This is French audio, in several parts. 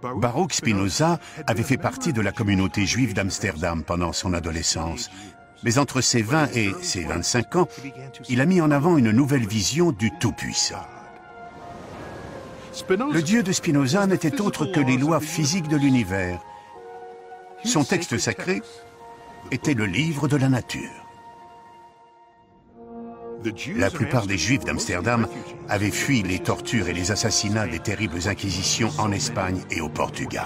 Baruch Spinoza avait fait partie de la communauté juive d'Amsterdam pendant son adolescence. Mais entre ses 20 et ses 25 ans, il a mis en avant une nouvelle vision du Tout-Puissant. Le Dieu de Spinoza n'était autre que les lois physiques de l'univers. Son texte sacré était le livre de la nature. La plupart des Juifs d'Amsterdam avaient fui les tortures et les assassinats des terribles inquisitions en Espagne et au Portugal.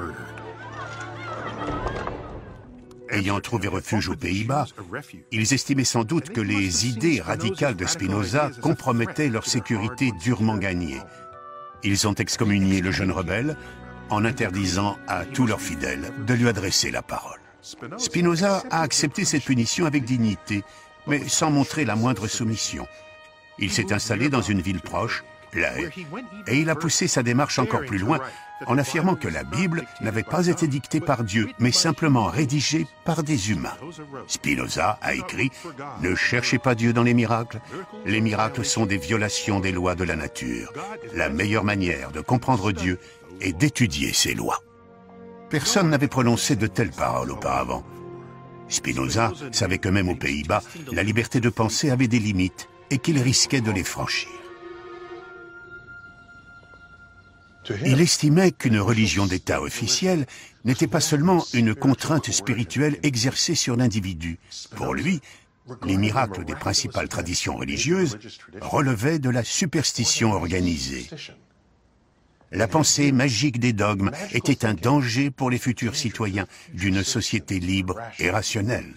Ayant trouvé refuge aux Pays-Bas, ils estimaient sans doute que les idées radicales de Spinoza compromettaient leur sécurité durement gagnée. Ils ont excommunié le jeune rebelle en interdisant à tous leurs fidèles de lui adresser la parole. Spinoza a accepté cette punition avec dignité, mais sans montrer la moindre soumission. Il s'est installé dans une ville proche, La Haye, et il a poussé sa démarche encore plus loin en affirmant que la Bible n'avait pas été dictée par Dieu, mais simplement rédigée par des humains. Spinoza a écrit « Ne cherchez pas Dieu dans les miracles sont des violations des lois de la nature. La meilleure manière de comprendre Dieu est d'étudier ses lois. » Personne n'avait prononcé de telles paroles auparavant. Spinoza savait que même aux Pays-Bas, la liberté de penser avait des limites et qu'il risquait de les franchir. Il estimait qu'une religion d'État officielle n'était pas seulement une contrainte spirituelle exercée sur l'individu. Pour lui, les miracles des principales traditions religieuses relevaient de la superstition organisée. La pensée magique des dogmes était un danger pour les futurs citoyens d'une société libre et rationnelle.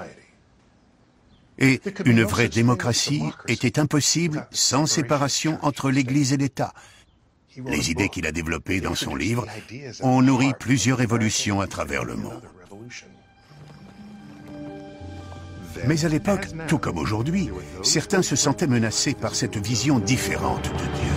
Et une vraie démocratie était impossible sans séparation entre l'Église et l'État. Les idées qu'il a développées dans son livre ont nourri plusieurs révolutions à travers le monde. Mais à l'époque, tout comme aujourd'hui, certains se sentaient menacés par cette vision différente de Dieu.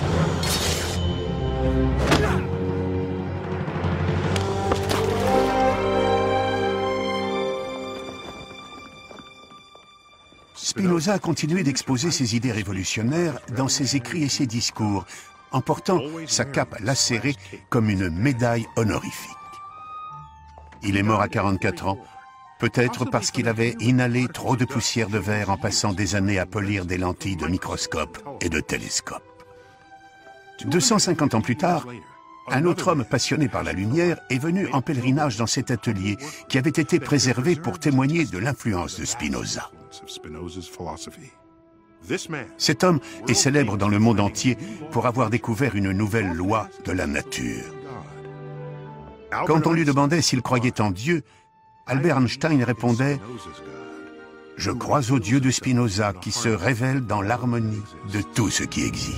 Spinoza a continué d'exposer ses idées révolutionnaires dans ses écrits et ses discours, en portant sa cape lacérée comme une médaille honorifique. Il est mort à 44 ans, peut-être parce qu'il avait inhalé trop de poussière de verre en passant des années à polir des lentilles de microscope et de télescope. 250 ans plus tard, un autre homme passionné par la lumière est venu en pèlerinage dans cet atelier qui avait été préservé pour témoigner de l'influence de Spinoza. Cet homme est célèbre dans le monde entier pour avoir découvert une nouvelle loi de la nature. Quand on lui demandait s'il croyait en Dieu, Albert Einstein répondait « Je crois au Dieu de Spinoza qui se révèle dans l'harmonie de tout ce qui existe. »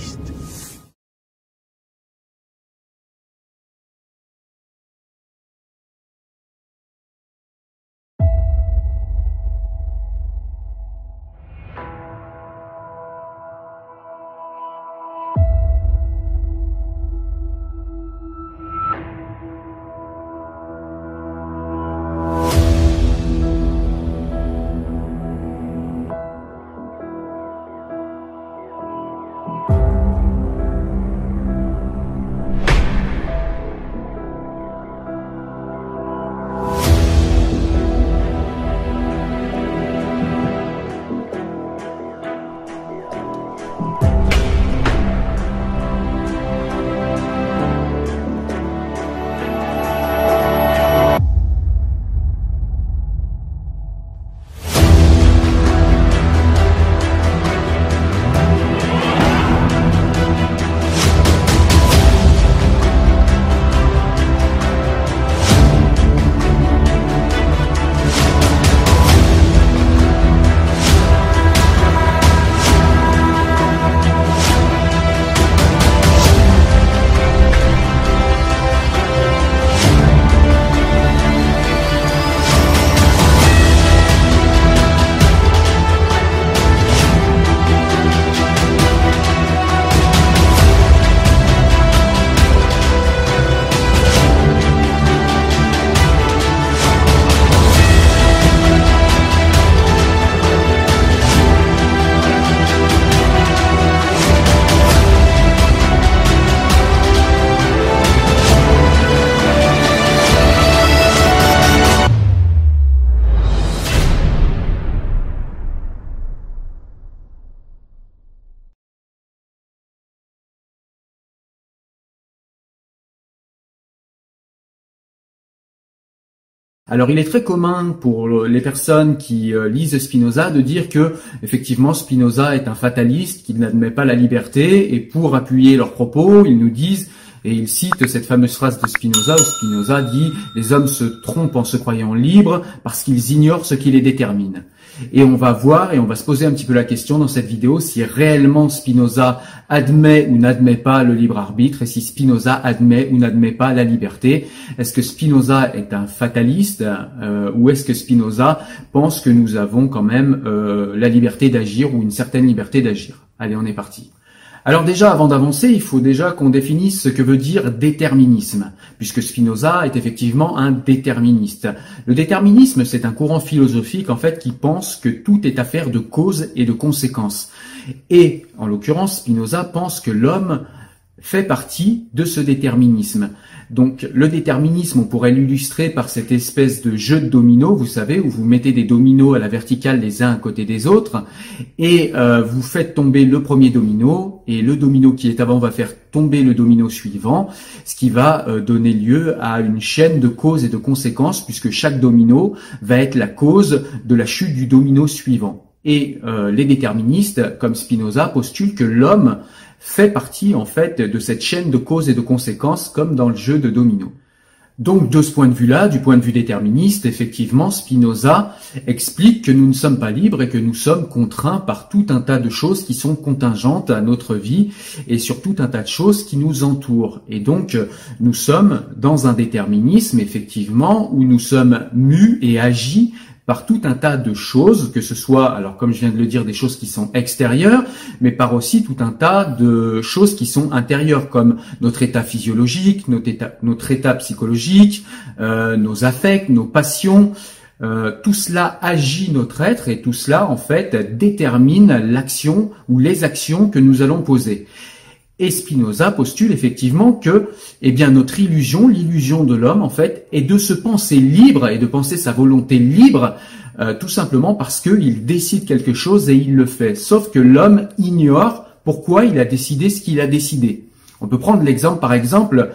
Alors il est très commun pour les personnes qui lisent Spinoza de dire que effectivement Spinoza est un fataliste, qu'il n'admet pas la liberté, et pour appuyer leurs propos, ils nous disent, et ils citent cette fameuse phrase de Spinoza où Spinoza dit « Les hommes se trompent en se croyant libres parce qu'ils ignorent ce qui les détermine ». Et on va voir et on va se poser un petit peu la question dans cette vidéo si réellement Spinoza admet ou n'admet pas le libre arbitre et si Spinoza admet ou n'admet pas la liberté. Est-ce que Spinoza est un fataliste ou est-ce que Spinoza pense que nous avons quand même la liberté d'agir ou une certaine liberté d'agir? Allez, on est parti. Alors déjà, avant d'avancer, il faut déjà qu'on définisse ce que veut dire déterminisme, puisque Spinoza est effectivement un déterministe. Le déterminisme, c'est un courant philosophique, en fait, qui pense que tout est affaire de cause et de conséquences. Et, en l'occurrence, Spinoza pense que l'homme fait partie de ce déterminisme. Donc le déterminisme, on pourrait l'illustrer par cette espèce de jeu de dominos, vous savez, où vous mettez des dominos à la verticale les uns à côté des autres, et vous faites tomber le premier domino, et le domino qui est avant va faire tomber le domino suivant, ce qui va donner lieu à une chaîne de causes et de conséquences, puisque chaque domino va être la cause de la chute du domino suivant. Et les déterministes, comme Spinoza, postulent que l'homme fait partie en fait de cette chaîne de causes et de conséquences comme dans le jeu de domino. Donc de ce point de vue-là, du point de vue déterministe, effectivement, Spinoza explique que nous ne sommes pas libres et que nous sommes contraints par tout un tas de choses qui sont contingentes à notre vie et sur tout un tas de choses qui nous entourent. Et donc nous sommes dans un déterminisme, effectivement, où nous sommes mus et agis par tout un tas de choses, que ce soit, alors comme je viens de le dire, des choses qui sont extérieures, mais par aussi tout un tas de choses qui sont intérieures, comme notre état physiologique, notre état psychologique, nos affects, nos passions. Tout cela agit notre être et tout cela, en fait, détermine l'action ou les actions que nous allons poser. Et Spinoza postule effectivement que, eh bien, notre illusion, l'illusion de l'homme, en fait, est de se penser libre et de penser sa volonté libre, tout simplement parce qu'il décide quelque chose et il le fait. Sauf que l'homme ignore pourquoi il a décidé ce qu'il a décidé. On peut prendre l'exemple, par exemple,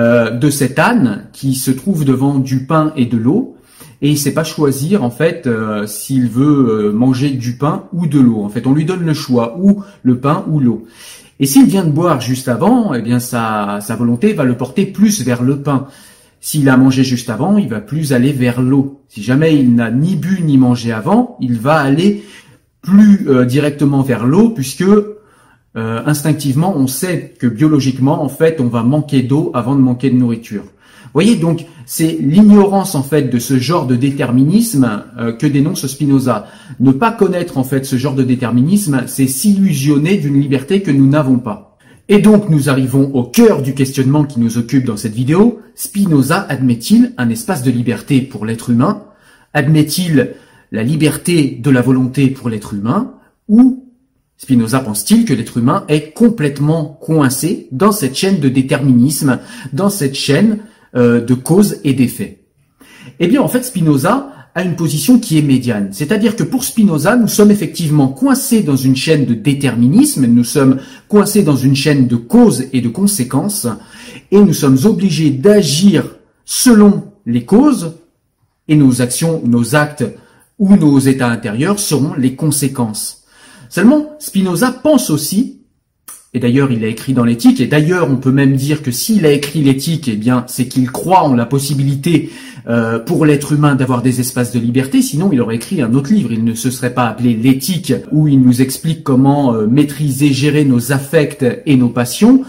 de cet âne qui se trouve devant du pain et de l'eau. Et il sait pas choisir, en fait, s'il veut manger du pain ou de l'eau. En fait, on lui donne le choix, ou le pain ou l'eau. Et s'il vient de boire juste avant, eh bien sa volonté va le porter plus vers le pain. S'il a mangé juste avant, il va plus aller vers l'eau. Si jamais il n'a ni bu ni mangé avant, il va aller plus directement vers l'eau, puisque instinctivement, on sait que biologiquement, en fait, on va manquer d'eau avant de manquer de nourriture. Vous voyez, donc, c'est l'ignorance, en fait, de ce genre de déterminisme que dénonce Spinoza. Ne pas connaître, en fait, ce genre de déterminisme, c'est s'illusionner d'une liberté que nous n'avons pas. Et donc, nous arrivons au cœur du questionnement qui nous occupe dans cette vidéo. Spinoza admet-il un espace de liberté pour l'être humain? Admet-il la liberté de la volonté pour l'être humain? Ou Spinoza pense-t-il que l'être humain est complètement coincé dans cette chaîne de déterminisme, dans cette chaîne de causes et d'effets? Eh bien, en fait, Spinoza a une position qui est médiane. C'est-à-dire que pour Spinoza, nous sommes effectivement coincés dans une chaîne de déterminisme, nous sommes coincés dans une chaîne de causes et de conséquences, et nous sommes obligés d'agir selon les causes, et nos actions, nos actes ou nos états intérieurs seront les conséquences. Seulement, Spinoza pense aussi, et d'ailleurs il a écrit dans l'éthique, et d'ailleurs on peut même dire que s'il a écrit l'éthique, eh bien c'est qu'il croit en la possibilité pour l'être humain d'avoir des espaces de liberté, sinon il aurait écrit un autre livre, il ne se serait pas appelé l'éthique, où il nous explique comment maîtriser, gérer nos affects et nos passions.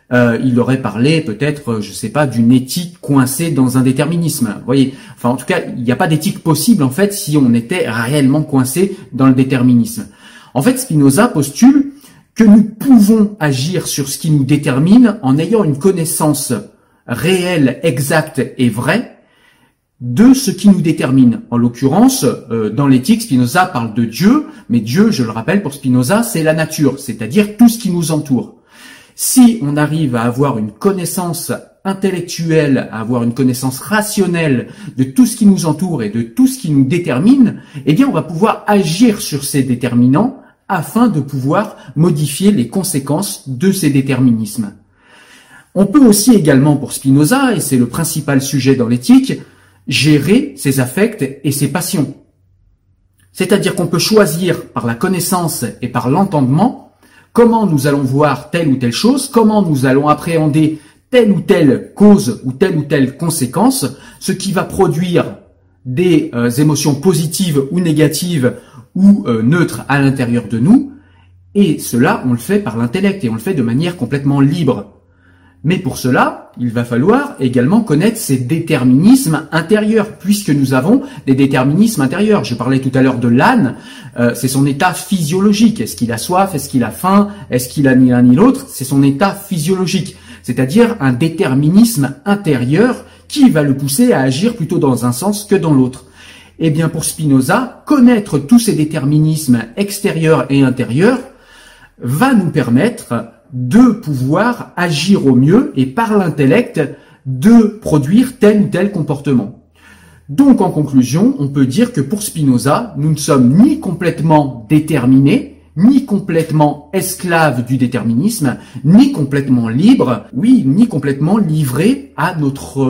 Il aurait parlé peut-être, je sais pas, d'une éthique coincée dans un déterminisme. Vous voyez, enfin en tout cas, il n'y a pas d'éthique possible en fait si on était réellement coincé dans le déterminisme. En fait, Spinoza postule que nous pouvons agir sur ce qui nous détermine en ayant une connaissance réelle, exacte et vraie de ce qui nous détermine. En l'occurrence, dans l'éthique, Spinoza parle de Dieu, mais Dieu, je le rappelle, pour Spinoza, c'est la nature, c'est-à-dire tout ce qui nous entoure. Si on arrive à avoir une connaissance intellectuelle, à avoir une connaissance rationnelle de tout ce qui nous entoure et de tout ce qui nous détermine, eh bien on va pouvoir agir sur ces déterminants afin de pouvoir modifier les conséquences de ces déterminismes. On peut aussi également, pour Spinoza, et c'est le principal sujet dans l'éthique, gérer ses affects et ses passions. C'est-à-dire qu'on peut choisir par la connaissance et par l'entendement comment nous allons voir telle ou telle chose, comment nous allons appréhender telle ou telle cause ou telle conséquence, ce qui va produire des émotions positives ou négatives ou neutres à l'intérieur de nous. Et cela, on le fait par l'intellect et on le fait de manière complètement libre. Mais pour cela, il va falloir également connaître ces déterminismes intérieurs, puisque nous avons des déterminismes intérieurs. Je parlais tout à l'heure de l'âne, c'est son état physiologique. Est-ce qu'il a soif? Est-ce qu'il a faim? Est-ce qu'il a ni l'un ni l'autre? C'est son état physiologique, c'est-à-dire un déterminisme intérieur qui va le pousser à agir plutôt dans un sens que dans l'autre. Eh bien, pour Spinoza, connaître tous ces déterminismes extérieurs et intérieurs va nous permettre de pouvoir agir au mieux et par l'intellect de produire tel ou tel comportement. Donc en conclusion, on peut dire que pour Spinoza, nous ne sommes ni complètement déterminés, ni complètement esclaves du déterminisme, ni complètement libres, oui, ni complètement livrés à notre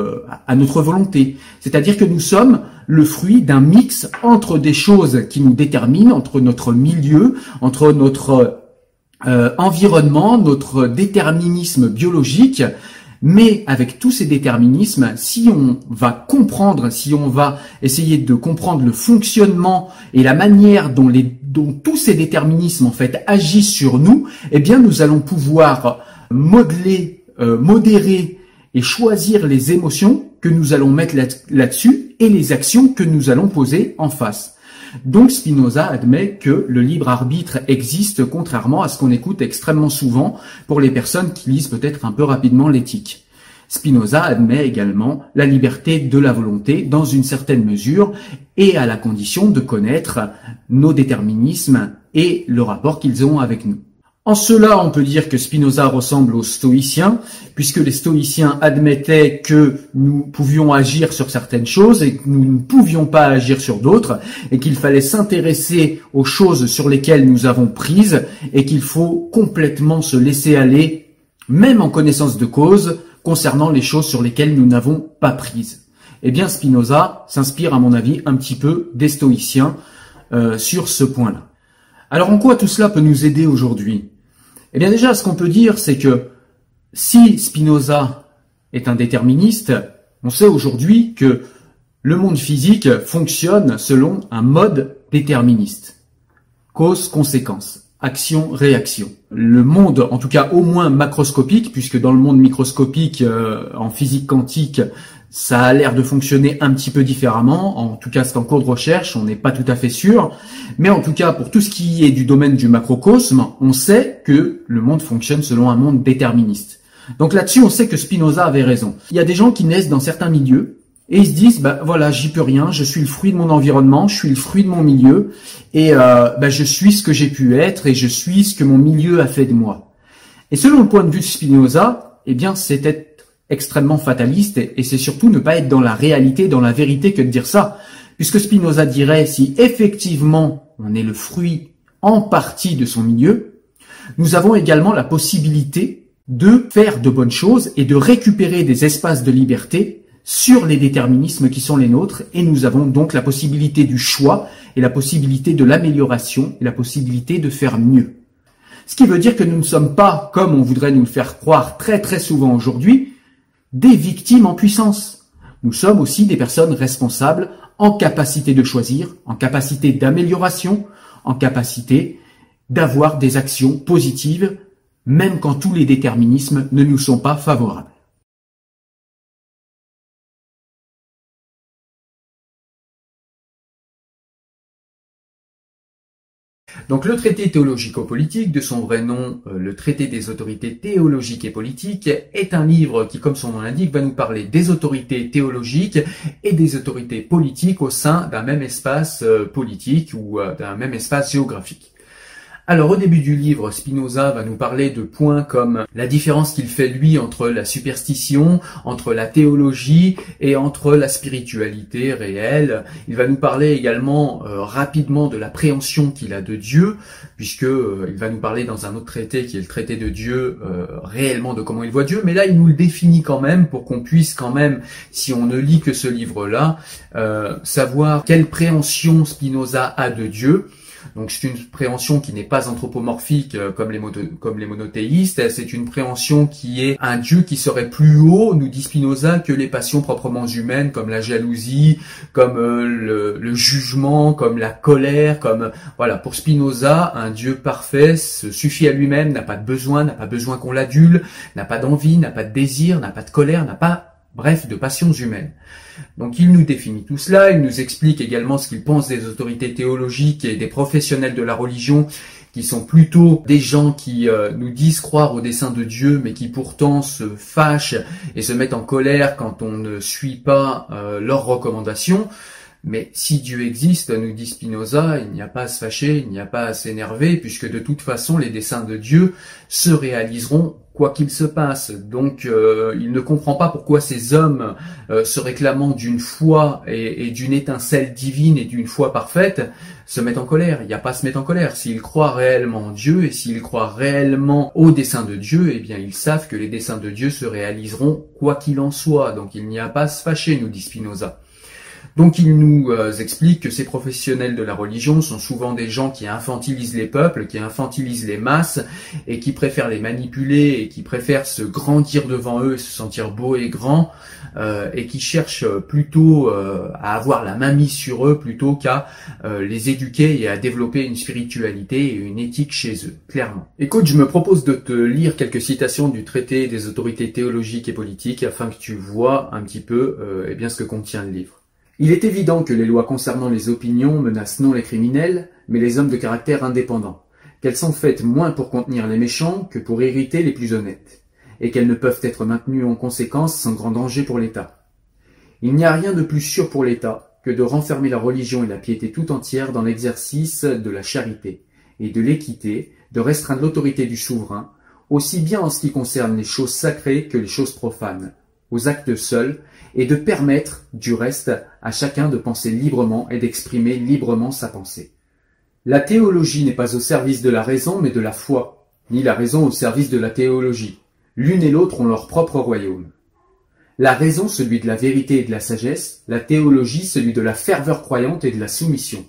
volonté. C'est-à-dire que nous sommes le fruit d'un mix entre des choses qui nous déterminent, entre notre milieu, entre notre environnement, notre déterminisme biologique, mais avec tous ces déterminismes, si on va comprendre, si on va essayer de comprendre le fonctionnement et la manière dont tous ces déterminismes en fait agissent sur nous, eh bien nous allons pouvoir modeler, modérer et choisir les émotions que nous allons mettre là-dessus et les actions que nous allons poser en face. Donc Spinoza admet que le libre arbitre existe, contrairement à ce qu'on écoute extrêmement souvent pour les personnes qui lisent peut-être un peu rapidement l'éthique. Spinoza admet également la liberté de la volonté dans une certaine mesure et à la condition de connaître nos déterminismes et le rapport qu'ils ont avec nous. En cela, on peut dire que Spinoza ressemble aux stoïciens, puisque les stoïciens admettaient que nous pouvions agir sur certaines choses et que nous ne pouvions pas agir sur d'autres, et qu'il fallait s'intéresser aux choses sur lesquelles nous avons prise, et qu'il faut complètement se laisser aller, même en connaissance de cause, concernant les choses sur lesquelles nous n'avons pas prise. Eh bien, Spinoza s'inspire, à mon avis, un petit peu des stoïciens sur ce point-là. Alors, en quoi tout cela peut nous aider aujourd'hui ? Eh bien déjà, ce qu'on peut dire, c'est que si Spinoza est un déterministe, on sait aujourd'hui que le monde physique fonctionne selon un mode déterministe. Cause-conséquence, action-réaction. Le monde, en tout cas au moins macroscopique, puisque dans le monde microscopique, en physique quantique, ça a l'air de fonctionner un petit peu différemment. En tout cas, c'est en cours de recherche, on n'est pas tout à fait sûr. Mais en tout cas, pour tout ce qui est du domaine du macrocosme, on sait que le monde fonctionne selon un monde déterministe. Donc là-dessus, on sait que Spinoza avait raison. Il y a des gens qui naissent dans certains milieux et ils se disent, voilà, j'y peux rien, je suis le fruit de mon environnement, je suis le fruit de mon milieu et je suis ce que j'ai pu être et je suis ce que mon milieu a fait de moi. Et selon le point de vue de Spinoza, eh bien, c'était extrêmement fataliste et c'est surtout ne pas être dans la réalité, dans la vérité que de dire ça. Puisque Spinoza dirait, si effectivement on est le fruit en partie de son milieu, nous avons également la possibilité de faire de bonnes choses et de récupérer des espaces de liberté sur les déterminismes qui sont les nôtres et nous avons donc la possibilité du choix et la possibilité de l'amélioration et la possibilité de faire mieux. Ce qui veut dire que nous ne sommes pas, comme on voudrait nous le faire croire très très souvent aujourd'hui, des victimes en puissance. Nous sommes aussi des personnes responsables en capacité de choisir, en capacité d'amélioration, en capacité d'avoir des actions positives, même quand tous les déterminismes ne nous sont pas favorables. Donc le traité théologico-politique, de son vrai nom, le traité des autorités théologiques et politiques, est un livre qui, comme son nom l'indique, va nous parler des autorités théologiques et des autorités politiques au sein d'un même espace politique ou d'un même espace géographique. Alors au début du livre, Spinoza va nous parler de points comme la différence qu'il fait lui entre la superstition, entre la théologie et entre la spiritualité réelle. Il va nous parler également rapidement de l'appréhension qu'il a de Dieu, puisque il va nous parler dans un autre traité qui est le traité de Dieu, réellement de comment il voit Dieu, mais là il nous le définit quand même pour qu'on puisse quand même, si on ne lit que ce livre-là, savoir quelle préhension Spinoza a de Dieu. Donc c'est une préhension qui n'est pas anthropomorphique comme les monothéistes, c'est une préhension qui est un Dieu qui serait plus haut, nous dit Spinoza, que les passions proprement humaines comme la jalousie, comme le jugement, comme la colère, comme voilà, pour Spinoza, un Dieu parfait se suffit à lui-même, n'a pas besoin qu'on l'adule, n'a pas d'envie, n'a pas de désir, n'a pas de colère, n'a pas bref, de passions humaines. Donc il nous définit tout cela, il nous explique également ce qu'il pense des autorités théologiques et des professionnels de la religion, qui sont plutôt des gens qui nous disent croire au dessein de Dieu, mais qui pourtant se fâchent et se mettent en colère quand on ne suit pas leurs recommandations. Mais si Dieu existe, nous dit Spinoza, il n'y a pas à se fâcher, il n'y a pas à s'énerver, puisque de toute façon les desseins de Dieu se réaliseront quoi qu'il se passe. Donc il ne comprend pas pourquoi ces hommes se réclamant d'une foi et d'une étincelle divine et d'une foi parfaite se mettent en colère. Il n'y a pas à se mettre en colère. S'ils croient réellement en Dieu et s'ils croient réellement au dessein de Dieu, eh bien ils savent que les desseins de Dieu se réaliseront quoi qu'il en soit. Donc il n'y a pas à se fâcher, nous dit Spinoza. Donc il nous explique que ces professionnels de la religion sont souvent des gens qui infantilisent les peuples, qui infantilisent les masses et qui préfèrent les manipuler et qui préfèrent se grandir devant eux et se sentir beau et grand et qui cherchent plutôt à avoir la main mise sur eux plutôt qu'à les éduquer et à développer une spiritualité et une éthique chez eux, clairement. Écoute, je me propose de te lire quelques citations du traité des autorités théologiques et politiques afin que tu vois un petit peu eh bien, ce que contient le livre. Il est évident que les lois concernant les opinions menacent non les criminels, mais les hommes de caractère indépendant, qu'elles sont faites moins pour contenir les méchants que pour irriter les plus honnêtes, et qu'elles ne peuvent être maintenues en conséquence sans grand danger pour l'État. Il n'y a rien de plus sûr pour l'État que de renfermer la religion et la piété tout entière dans l'exercice de la charité et de l'équité, de restreindre l'autorité du souverain, aussi bien en ce qui concerne les choses sacrées que les choses profanes, aux actes seuls, et de permettre, du reste, à chacun de penser librement et d'exprimer librement sa pensée. La théologie n'est pas au service de la raison, mais de la foi, ni la raison au service de la théologie. L'une et l'autre ont leur propre royaume. La raison, celui de la vérité et de la sagesse, la théologie, celui de la ferveur croyante et de la soumission.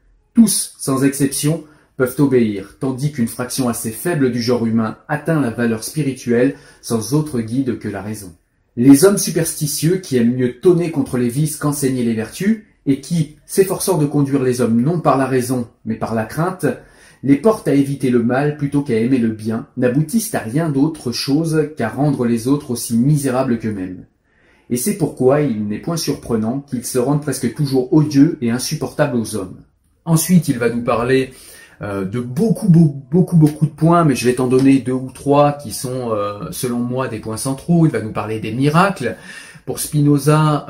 Tous, sans exception, peuvent obéir, tandis qu'une fraction assez faible du genre humain atteint la valeur spirituelle sans autre guide que la raison. Les hommes superstitieux qui aiment mieux tonner contre les vices qu'enseigner les vertus, et qui, s'efforçant de conduire les hommes non par la raison, mais par la crainte, les portent à éviter le mal plutôt qu'à aimer le bien, n'aboutissent à rien d'autre chose qu'à rendre les autres aussi misérables qu'eux-mêmes. Et c'est pourquoi il n'est point surprenant qu'ils se rendent presque toujours odieux et insupportables aux hommes. Ensuite, il va nous parler de beaucoup de points, mais je vais t'en donner 2 ou 3 qui sont, selon moi, des points centraux. Il va nous parler des miracles. Pour Spinoza,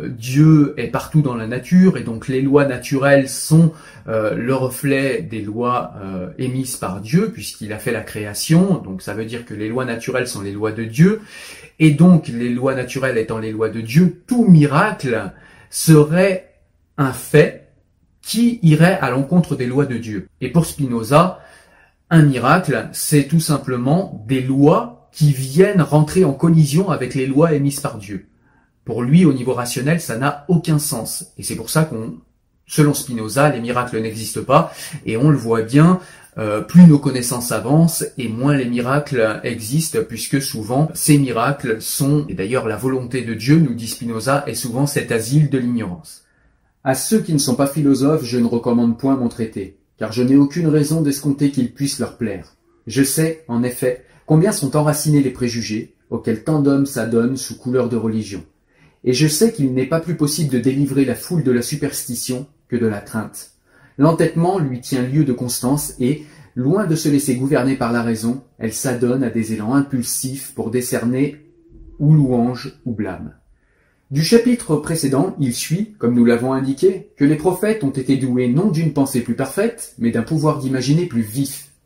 Dieu est partout dans la nature, et donc les lois naturelles sont le reflet des lois émises par Dieu, puisqu'il a fait la création. Donc ça veut dire que les lois naturelles sont les lois de Dieu, et donc les lois naturelles étant les lois de Dieu, tout miracle serait un fait qui irait à l'encontre des lois de Dieu. Et pour Spinoza, un miracle, c'est tout simplement des lois qui viennent rentrer en collision avec les lois émises par Dieu. Pour lui, au niveau rationnel, ça n'a aucun sens. Et c'est pour ça selon Spinoza, les miracles n'existent pas. Et on le voit bien, plus nos connaissances avancent et moins les miracles existent, puisque souvent, ces miracles sont, et d'ailleurs la volonté de Dieu, nous dit Spinoza, est souvent cet asile de l'ignorance. À ceux qui ne sont pas philosophes, je ne recommande point mon traité, car je n'ai aucune raison d'escompter qu'il puisse leur plaire. Je sais, en effet, combien sont enracinés les préjugés, auxquels tant d'hommes s'adonnent sous couleur de religion. Et je sais qu'il n'est pas plus possible de délivrer la foule de la superstition que de la crainte. L'entêtement lui tient lieu de constance et, loin de se laisser gouverner par la raison, elle s'adonne à des élans impulsifs pour décerner ou louange ou blâme. Du chapitre précédent, il suit, comme nous l'avons indiqué, que les prophètes ont été doués non d'une pensée plus parfaite, mais d'un pouvoir d'imaginer plus vif.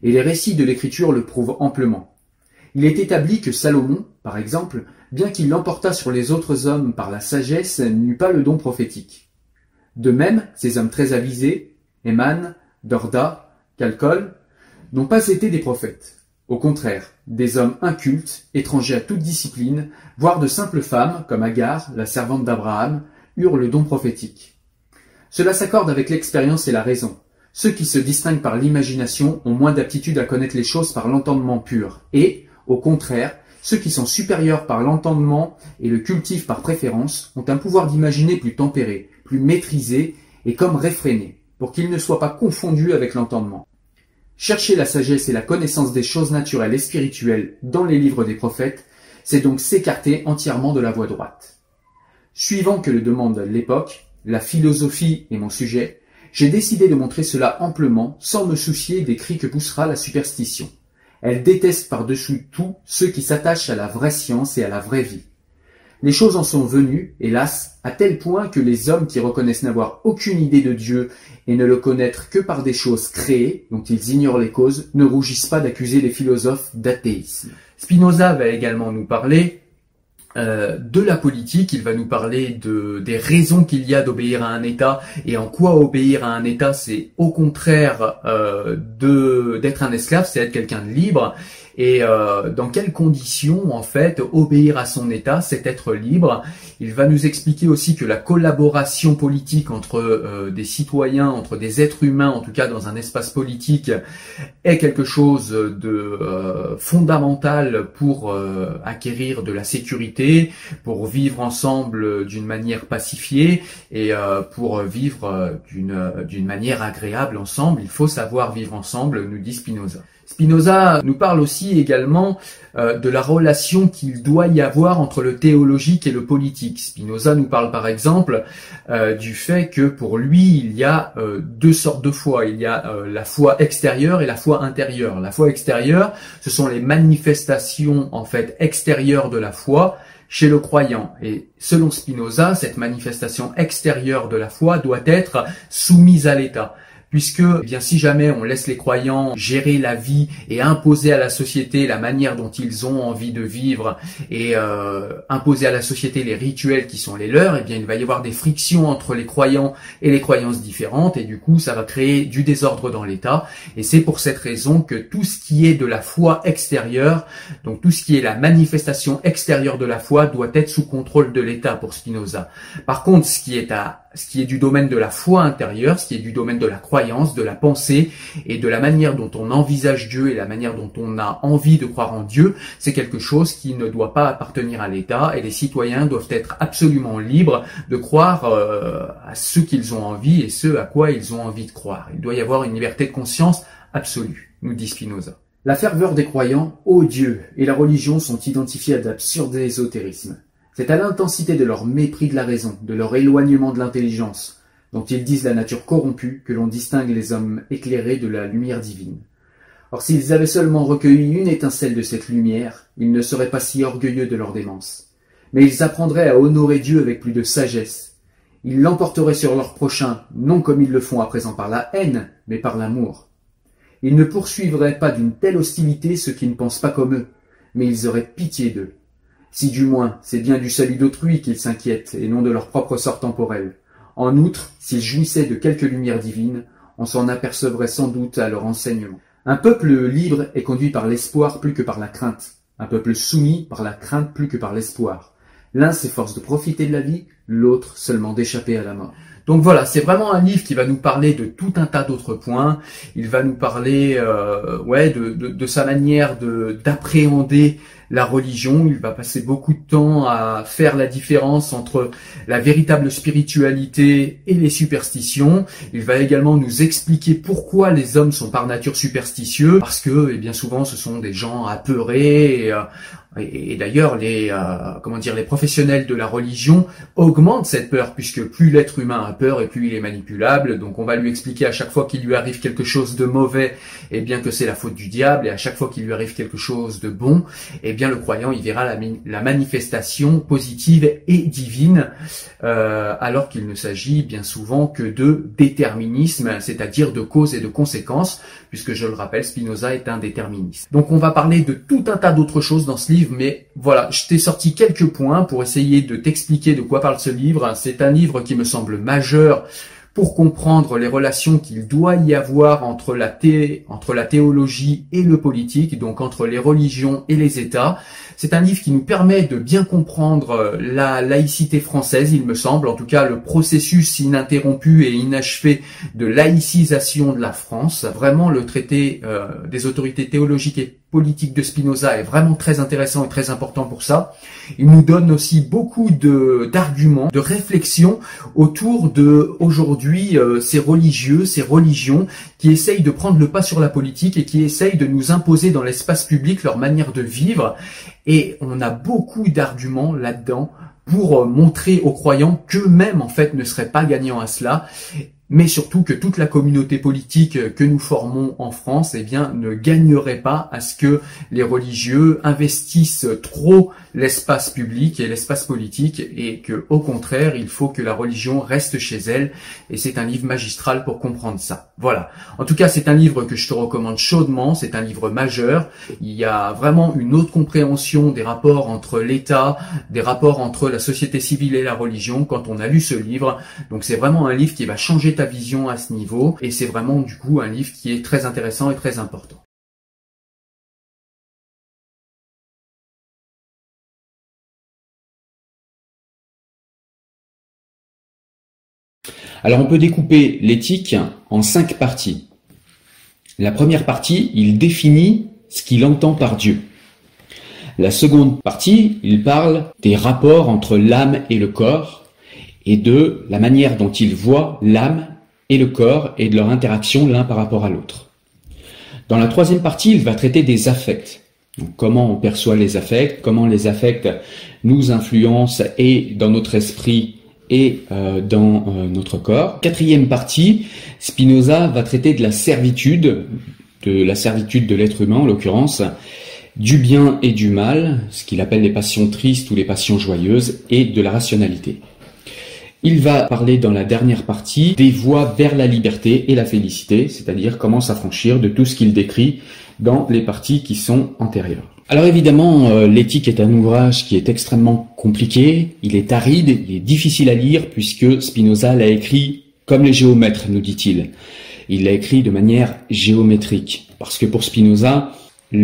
et les récits de l'Écriture le prouvent amplement. Il est établi que Salomon, par exemple, bien qu'il l'emportât sur les autres hommes par la sagesse, n'eut pas le don prophétique. De même, ces hommes très avisés, Éman, Dorda, Calcol, n'ont pas été des prophètes. Au contraire, des hommes incultes, étrangers à toute discipline, voire de simples femmes, comme Agar, la servante d'Abraham, eurent le don prophétique. Cela s'accorde avec l'expérience et la raison. Ceux qui se distinguent par l'imagination ont moins d'aptitude à connaître les choses par l'entendement pur, et, au contraire, ceux qui sont supérieurs par l'entendement et le cultivent par préférence ont un pouvoir d'imaginer plus tempéré, plus maîtrisé et comme réfréné, pour qu'ils ne soient pas confondus avec l'entendement. Chercher la sagesse et la connaissance des choses naturelles et spirituelles dans les livres des prophètes, c'est donc s'écarter entièrement de la voie droite. Suivant que le demande l'époque, la philosophie est mon sujet, j'ai décidé de montrer cela amplement sans me soucier des cris que poussera la superstition. Elle déteste par-dessus tout ceux qui s'attachent à la vraie science et à la vraie vie. Les choses en sont venues, hélas, à tel point que les hommes qui reconnaissent n'avoir aucune idée de Dieu et ne le connaître que par des choses créées, dont ils ignorent les causes, ne rougissent pas d'accuser les philosophes d'athéisme. Spinoza va également nous parler de la politique, il va nous parler des raisons qu'il y a d'obéir à un État et en quoi obéir à un État, c'est au contraire d'être un esclave, c'est être quelqu'un de libre. Et dans quelles conditions, en fait, obéir à son État, c'est être libre. Il va nous expliquer aussi que la collaboration politique entre des citoyens, entre des êtres humains, en tout cas dans un espace politique, est quelque chose de fondamental pour acquérir de la sécurité, pour vivre ensemble d'une manière pacifiée et pour vivre d'une manière agréable ensemble. Il faut savoir vivre ensemble, nous dit Spinoza. Spinoza nous parle aussi également de la relation qu'il doit y avoir entre le théologique et le politique. Spinoza nous parle par exemple du fait que pour lui, il y a deux sortes de foi. Il y a la foi extérieure et la foi intérieure. La foi extérieure, ce sont les manifestations en fait extérieures de la foi chez le croyant. Et selon Spinoza, cette manifestation extérieure de la foi doit être soumise à l'État. Puisque, eh bien, si jamais on laisse les croyants gérer la vie et imposer à la société la manière dont ils ont envie de vivre et imposer à la société les rituels qui sont les leurs, eh bien, il va y avoir des frictions entre les croyants et les croyances différentes et du coup, ça va créer du désordre dans l'État. Et c'est pour cette raison que tout ce qui est de la foi extérieure, donc tout ce qui est la manifestation extérieure de la foi doit être sous contrôle de l'État pour Spinoza. Par contre, ce qui est du domaine de la foi intérieure, ce qui est du domaine de la croyance, de la pensée et de la manière dont on envisage Dieu et la manière dont on a envie de croire en Dieu, c'est quelque chose qui ne doit pas appartenir à l'État et les citoyens doivent être absolument libres de croire à ce qu'ils ont envie et ce à quoi ils ont envie de croire. Il doit y avoir une liberté de conscience absolue, nous dit Spinoza. La ferveur des croyants, ô Dieu, et la religion sont identifiés à d'absurdes ésotérismes. C'est à l'intensité de leur mépris de la raison, de leur éloignement de l'intelligence, dont ils disent la nature corrompue, que l'on distingue les hommes éclairés de la lumière divine. Or, s'ils avaient seulement recueilli une étincelle de cette lumière, ils ne seraient pas si orgueilleux de leur démence. Mais ils apprendraient à honorer Dieu avec plus de sagesse. Ils l'emporteraient sur leur prochain, non comme ils le font à présent par la haine, mais par l'amour. Ils ne poursuivraient pas d'une telle hostilité ceux qui ne pensent pas comme eux, mais ils auraient pitié d'eux. Si du moins, c'est bien du salut d'autrui qu'ils s'inquiètent et non de leur propre sort temporel. En outre, s'ils jouissaient de quelque lumière divine, on s'en apercevrait sans doute à leur enseignement. Un peuple libre est conduit par l'espoir plus que par la crainte. Un peuple soumis par la crainte plus que par l'espoir. L'un s'efforce de profiter de la vie, l'autre seulement d'échapper à la mort. Donc voilà, c'est vraiment un livre qui va nous parler de tout un tas d'autres points. Il va nous parler de sa manière d'appréhender la religion. Il va passer beaucoup de temps à faire la différence entre la véritable spiritualité et les superstitions. Il va également nous expliquer pourquoi les hommes sont par nature superstitieux, parce que bien souvent ce sont des gens apeurés et d'ailleurs les professionnels de la religion augmentent cette peur puisque plus l'être humain a a peur et plus il est manipulable. Donc on va lui expliquer à chaque fois qu'il lui arrive quelque chose de mauvais, eh bien que c'est la faute du diable, et à chaque fois qu'il lui arrive quelque chose de bon, eh bien le croyant il verra la manifestation positive et divine, alors qu'il ne s'agit bien souvent que de déterminisme, c'est-à-dire de cause et de conséquences, puisque je le rappelle, Spinoza est un déterministe. Donc on va parler de tout un tas d'autres choses dans ce livre, mais voilà, je t'ai sorti quelques points pour essayer de t'expliquer de quoi parle ce livre. C'est un livre qui me semble majeur pour comprendre les relations qu'il doit y avoir entre la théologie et le politique, donc entre les religions et les États. C'est un livre qui nous permet de bien comprendre la laïcité française, il me semble, en tout cas le processus ininterrompu et inachevé de laïcisation de la France. Vraiment, le traité des autorités théologiques et politiques de Spinoza est vraiment très intéressant et très important pour ça. Il nous donne aussi beaucoup d'arguments, de réflexions autour de, aujourd'hui, ces religieux, ces religions qui essayent de prendre le pas sur la politique et qui essayent de nous imposer dans l'espace public leur manière de vivre. Et on a beaucoup d'arguments là-dedans pour montrer aux croyants qu'eux-mêmes, en fait, ne seraient pas gagnants à cela, mais surtout que toute la communauté politique que nous formons en France, eh bien, ne gagnerait pas à ce que les religieux investissent trop l'espace public et l'espace politique, et que, au contraire, il faut que la religion reste chez elle, et c'est un livre magistral pour comprendre ça. Voilà. En tout cas, c'est un livre que je te recommande chaudement, c'est un livre majeur. Il y a vraiment une autre compréhension des rapports entre l'État, des rapports entre la société civile et la religion quand on a lu ce livre. Donc c'est vraiment un livre qui va changer ta vision à ce niveau, et c'est vraiment du coup un livre qui est très intéressant et très important. Alors on peut découper l'éthique en 5 parties. La première partie, il définit ce qu'il entend par Dieu. La seconde partie, il parle des rapports entre l'âme et le corps, et de la manière dont il voit l'âme et le corps et de leur interaction l'un par rapport à l'autre. Dans la troisième partie, il va traiter des affects. Donc, comment on perçoit les affects, comment les affects nous influencent et dans notre esprit et dans notre corps. Quatrième partie, Spinoza va traiter de la servitude de l'être humain en l'occurrence, du bien et du mal, ce qu'il appelle les passions tristes ou les passions joyeuses, et de la rationalité. Il va parler dans la dernière partie des voies vers la liberté et la félicité, c'est-à-dire comment s'affranchir de tout ce qu'il décrit dans les parties qui sont antérieures. Alors évidemment, l'éthique est un ouvrage qui est extrêmement compliqué, il est aride, il est difficile à lire puisque Spinoza l'a écrit comme les géomètres, nous dit-il. Il l'a écrit de manière géométrique, parce que pour Spinoza,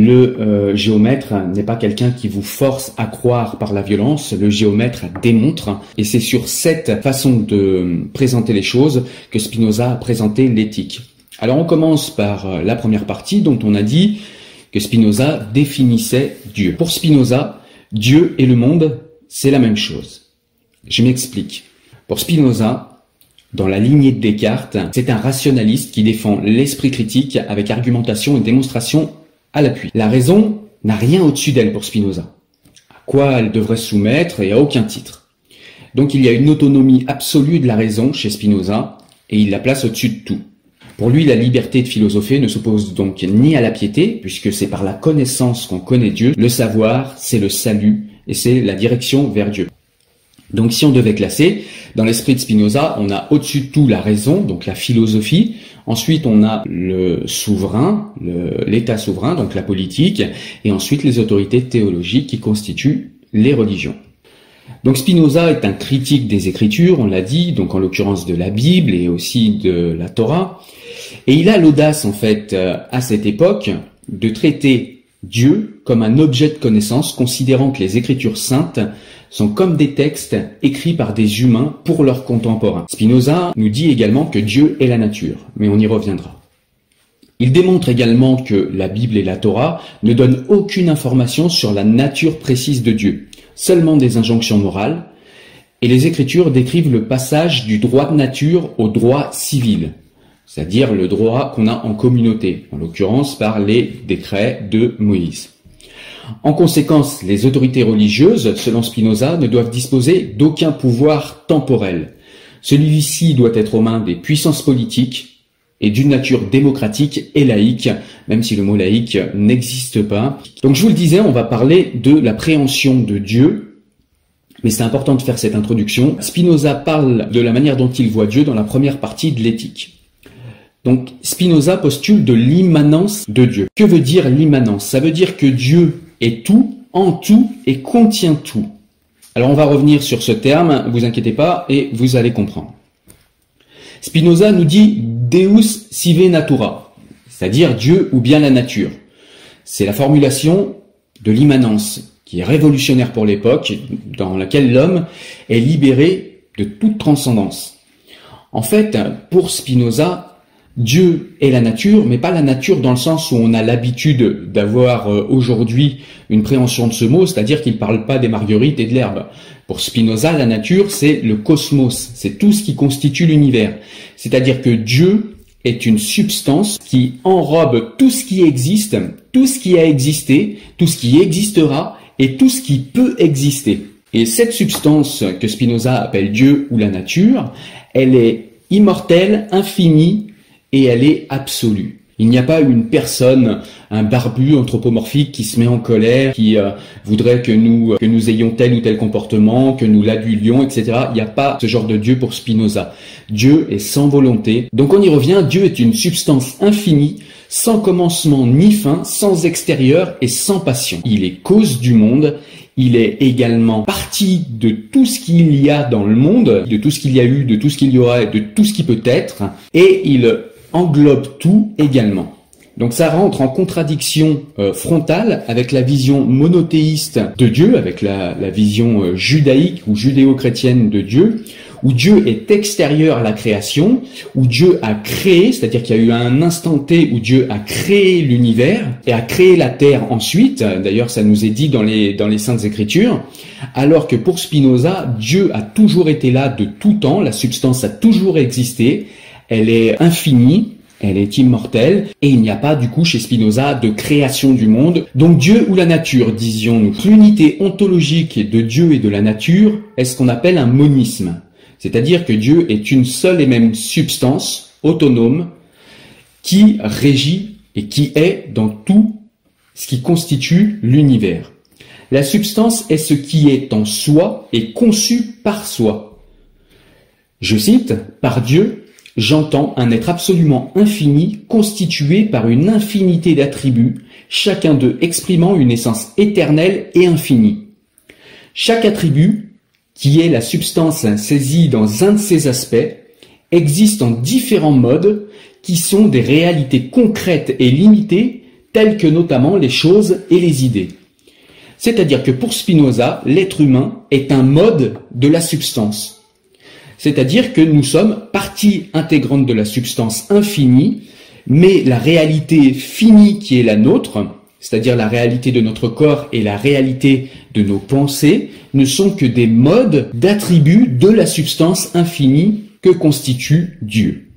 le géomètre n'est pas quelqu'un qui vous force à croire par la violence, le géomètre démontre, et c'est sur cette façon de présenter les choses que Spinoza a présenté l'éthique. Alors on commence par la première partie dont on a dit que Spinoza définissait Dieu. Pour Spinoza, Dieu et le monde, c'est la même chose. Je m'explique. Pour Spinoza, dans la lignée de Descartes, c'est un rationaliste qui défend l'esprit critique avec argumentation et démonstration à l'appui. La raison n'a rien au-dessus d'elle pour Spinoza. À quoi elle devrait se soumettre et à aucun titre. Donc il y a une autonomie absolue de la raison chez Spinoza et il la place au-dessus de tout. Pour lui, la liberté de philosopher ne s'oppose donc ni à la piété, puisque c'est par la connaissance qu'on connaît Dieu. Le savoir, c'est le salut et c'est la direction vers Dieu. Donc si on devait classer, dans l'esprit de Spinoza, on a au-dessus de tout la raison, donc la philosophie. Ensuite, on a le souverain, l'État souverain, donc la politique. Et ensuite, les autorités théologiques qui constituent les religions. Donc Spinoza est un critique des Écritures, on l'a dit, donc en l'occurrence de la Bible et aussi de la Torah. Et il a l'audace, en fait, à cette époque, de traiter Dieu comme un objet de connaissance, considérant que les Écritures saintes sont comme des textes écrits par des humains pour leurs contemporains. Spinoza nous dit également que Dieu est la nature, mais on y reviendra. Il démontre également que la Bible et la Torah ne donnent aucune information sur la nature précise de Dieu, seulement des injonctions morales, et les Écritures décrivent le passage du droit de nature au droit civil, c'est-à-dire le droit qu'on a en communauté, en l'occurrence par les décrets de Moïse. En conséquence, les autorités religieuses, selon Spinoza, ne doivent disposer d'aucun pouvoir temporel. Celui-ci doit être aux mains des puissances politiques et d'une nature démocratique et laïque, même si le mot laïque n'existe pas. Donc je vous le disais, on va parler de la préhension de Dieu, mais c'est important de faire cette introduction. Spinoza parle de la manière dont il voit Dieu dans la première partie de l'éthique. Donc Spinoza postule de l'immanence de Dieu. Que veut dire l'immanence? Ça veut dire que Dieu est tout, en tout et contient tout. Alors on va revenir sur ce terme, vous inquiétez pas, et vous allez comprendre. Spinoza nous dit Deus sive natura, c'est-à-dire Dieu ou bien la nature. C'est la formulation de l'immanence qui est révolutionnaire pour l'époque, dans laquelle l'homme est libéré de toute transcendance. En fait, pour Spinoza, Dieu est la nature, mais pas la nature dans le sens où on a l'habitude d'avoir aujourd'hui une préhension de ce mot, c'est-à-dire qu'il ne parle pas des marguerites et de l'herbe. Pour Spinoza, la nature, c'est le cosmos, c'est tout ce qui constitue l'univers. C'est-à-dire que Dieu est une substance qui enrobe tout ce qui existe, tout ce qui a existé, tout ce qui existera et tout ce qui peut exister. Et cette substance que Spinoza appelle Dieu ou la nature, elle est immortelle, infinie, et elle est absolue. Il n'y a pas une personne, un barbu anthropomorphique qui se met en colère, qui voudrait que nous ayons tel ou tel comportement, que nous l'adulions, etc. Il n'y a pas ce genre de Dieu pour Spinoza. Dieu est sans volonté. Donc on y revient, Dieu est une substance infinie, sans commencement ni fin, sans extérieur et sans passion. Il est cause du monde. Il est également partie de tout ce qu'il y a dans le monde, de tout ce qu'il y a eu, de tout ce qu'il y aura, de tout ce qui peut être, et il englobe tout également. Donc ça rentre en contradiction frontale avec la vision monothéiste de Dieu, avec la vision judaïque ou judéo-chrétienne de Dieu, où Dieu est extérieur à la création, où Dieu a créé, c'est-à-dire qu'il y a eu un instant T où Dieu a créé l'univers et a créé la terre ensuite. D'ailleurs, ça nous est dit dans les Saintes Écritures. Alors que pour Spinoza, Dieu a toujours été là de tout temps, la substance a toujours existé, elle est infinie, elle est immortelle, et il n'y a pas du coup chez Spinoza de création du monde. Donc Dieu ou la nature, disions-nous. L'unité ontologique de Dieu et de la nature est ce qu'on appelle un monisme. C'est-à-dire que Dieu est une seule et même substance autonome qui régit et qui est dans tout ce qui constitue l'univers. La substance est ce qui est en soi et conçu par soi. Je cite, « Par Dieu, j'entends un être absolument infini constitué par une infinité d'attributs, chacun d'eux exprimant une essence éternelle et infinie. Chaque attribut, qui est la substance saisie dans un de ses aspects, existe en différents modes qui sont des réalités concrètes et limitées, telles que notamment les choses et les idées. » C'est-à-dire que pour Spinoza, l'être humain est un mode de la substance. C'est-à-dire que nous sommes partie intégrante de la substance infinie, mais la réalité finie qui est la nôtre, c'est-à-dire la réalité de notre corps et la réalité de nos pensées, ne sont que des modes d'attributs de la substance infinie que constitue Dieu.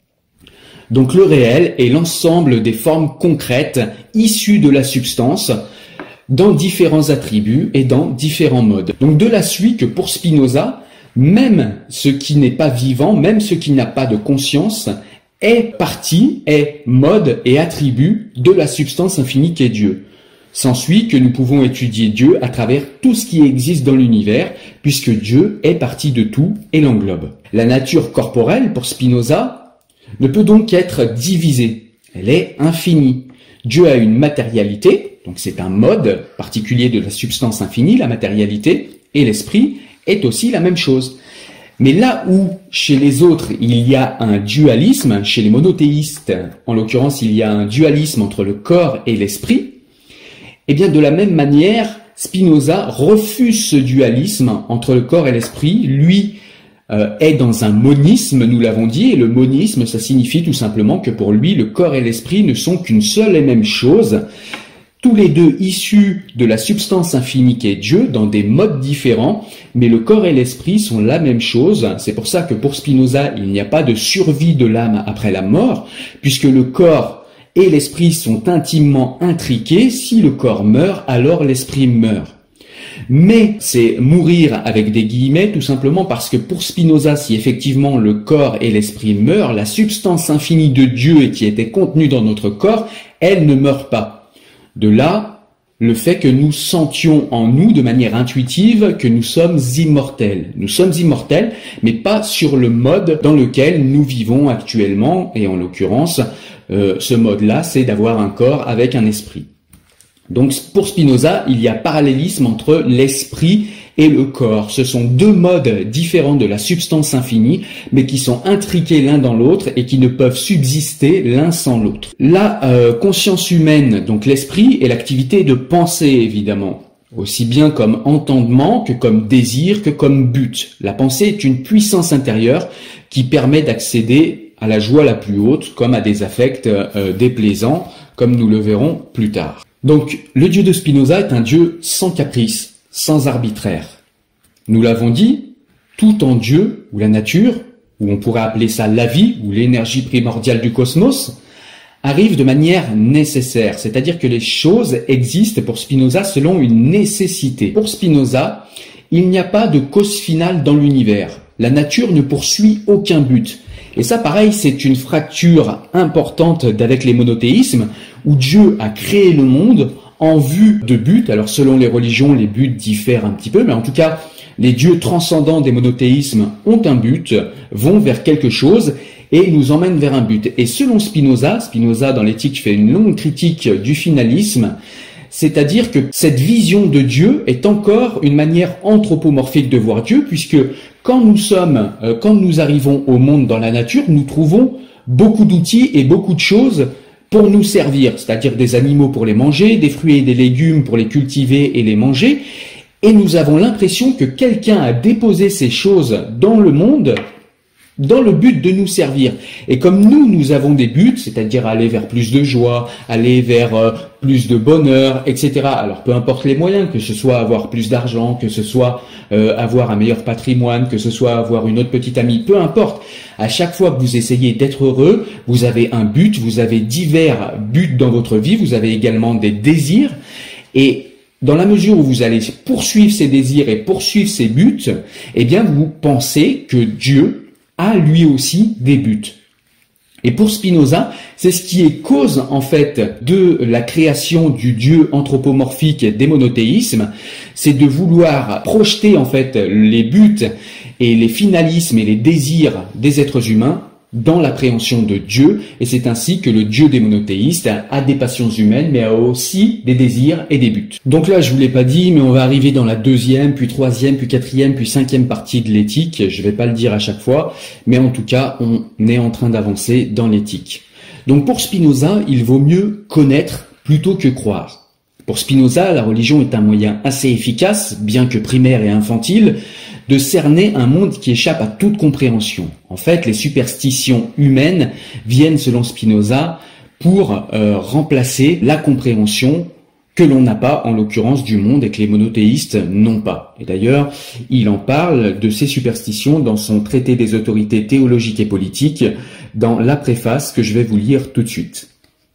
Donc le réel est l'ensemble des formes concrètes issues de la substance dans différents attributs et dans différents modes. Donc de là suit que pour Spinoza, même ce qui n'est pas vivant, même ce qui n'a pas de conscience, est partie, est mode et attribut de la substance infinie qu'est Dieu. S'ensuit que nous pouvons étudier Dieu à travers tout ce qui existe dans l'univers, puisque Dieu est partie de tout et l'englobe. La nature corporelle, pour Spinoza, ne peut donc être divisée. Elle est infinie. Dieu a une matérialité, donc c'est un mode particulier de la substance infinie, la matérialité, et l'esprit est aussi la même chose. Mais là où, chez les autres, il y a un dualisme, chez les monothéistes, en l'occurrence, il y a un dualisme entre le corps et l'esprit, eh bien, de la même manière, Spinoza refuse ce dualisme entre le corps et l'esprit. Lui est dans un monisme, nous l'avons dit, et le monisme, ça signifie tout simplement que pour lui, le corps et l'esprit ne sont qu'une seule et même chose, tous les deux issus de la substance infinie qu'est Dieu, dans des modes différents, mais le corps et l'esprit sont la même chose. C'est pour ça que pour Spinoza, il n'y a pas de survie de l'âme après la mort, puisque le corps et l'esprit sont intimement intriqués. Si le corps meurt, alors l'esprit meurt. Mais c'est mourir avec des guillemets, tout simplement parce que pour Spinoza, si effectivement le corps et l'esprit meurent, la substance infinie de Dieu et qui était contenue dans notre corps, elle ne meurt pas. De là, le fait que nous sentions en nous de manière intuitive que nous sommes immortels. Nous sommes immortels, mais pas sur le mode dans lequel nous vivons actuellement, et en l'occurrence, ce mode-là, c'est d'avoir un corps avec un esprit. Donc pour Spinoza, il y a parallélisme entre l'esprit et le corps. Ce sont deux modes différents de la substance infinie, mais qui sont intriqués l'un dans l'autre et qui ne peuvent subsister l'un sans l'autre. La conscience humaine, donc l'esprit, est l'activité de penser, évidemment, aussi bien comme entendement que comme désir que comme but. La pensée est une puissance intérieure qui permet d'accéder à la joie la plus haute, comme à des affects déplaisants, comme nous le verrons plus tard. Donc, le Dieu de Spinoza est un Dieu sans caprice, sans arbitraire. Nous l'avons dit, tout en Dieu, ou la nature, ou on pourrait appeler ça la vie, ou l'énergie primordiale du cosmos, arrive de manière nécessaire. C'est-à-dire que les choses existent pour Spinoza selon une nécessité. Pour Spinoza, il n'y a pas de cause finale dans l'univers. La nature ne poursuit aucun but. Et ça, pareil, c'est une fracture importante avec les monothéismes, où Dieu a créé le monde en vue de buts. Alors selon les religions, les buts diffèrent un petit peu, mais en tout cas, les dieux transcendants des monothéismes ont un but, vont vers quelque chose et nous emmènent vers un but. Et selon Spinoza dans l'éthique fait une longue critique du finalisme, c'est-à-dire que cette vision de Dieu est encore une manière anthropomorphique de voir Dieu, puisque quand nous arrivons au monde dans la nature, nous trouvons beaucoup d'outils et beaucoup de choses pour nous servir, c'est-à-dire des animaux pour les manger, des fruits et des légumes pour les cultiver et les manger, et nous avons l'impression que quelqu'un a déposé ces choses dans le monde dans le but de nous servir. Et comme nous avons des buts, c'est-à-dire aller vers plus de joie, aller vers plus de bonheur, etc. Alors peu importe les moyens, que ce soit avoir plus d'argent, que ce soit avoir un meilleur patrimoine, que ce soit avoir une autre petite amie, peu importe. À chaque fois que vous essayez d'être heureux, vous avez un but, vous avez divers buts dans votre vie, vous avez également des désirs. Et dans la mesure où vous allez poursuivre ces désirs et poursuivre ces buts, eh bien vous pensez que Dieu a lui aussi des buts. Et pour Spinoza, c'est ce qui est cause en fait de la création du Dieu anthropomorphique des monothéismes, c'est de vouloir projeter en fait les buts et les finalismes et les désirs des êtres humains dans l'appréhension de Dieu, et c'est ainsi que le Dieu des monothéistes a des passions humaines, mais a aussi des désirs et des buts. Donc là, je vous l'ai pas dit, mais on va arriver dans la deuxième, puis troisième, puis quatrième, puis cinquième partie de l'éthique. Je vais pas le dire à chaque fois, mais en tout cas, on est en train d'avancer dans l'éthique. Donc pour Spinoza, il vaut mieux connaître plutôt que croire. Pour Spinoza, la religion est un moyen assez efficace, bien que primaire et infantile, de cerner un monde qui échappe à toute compréhension. En fait, les superstitions humaines viennent, selon Spinoza, pour remplacer la compréhension que l'on n'a pas, en l'occurrence, du monde et que les monothéistes n'ont pas. Et d'ailleurs, il en parle de ces superstitions dans son traité des autorités théologiques et politiques, dans la préface que je vais vous lire tout de suite.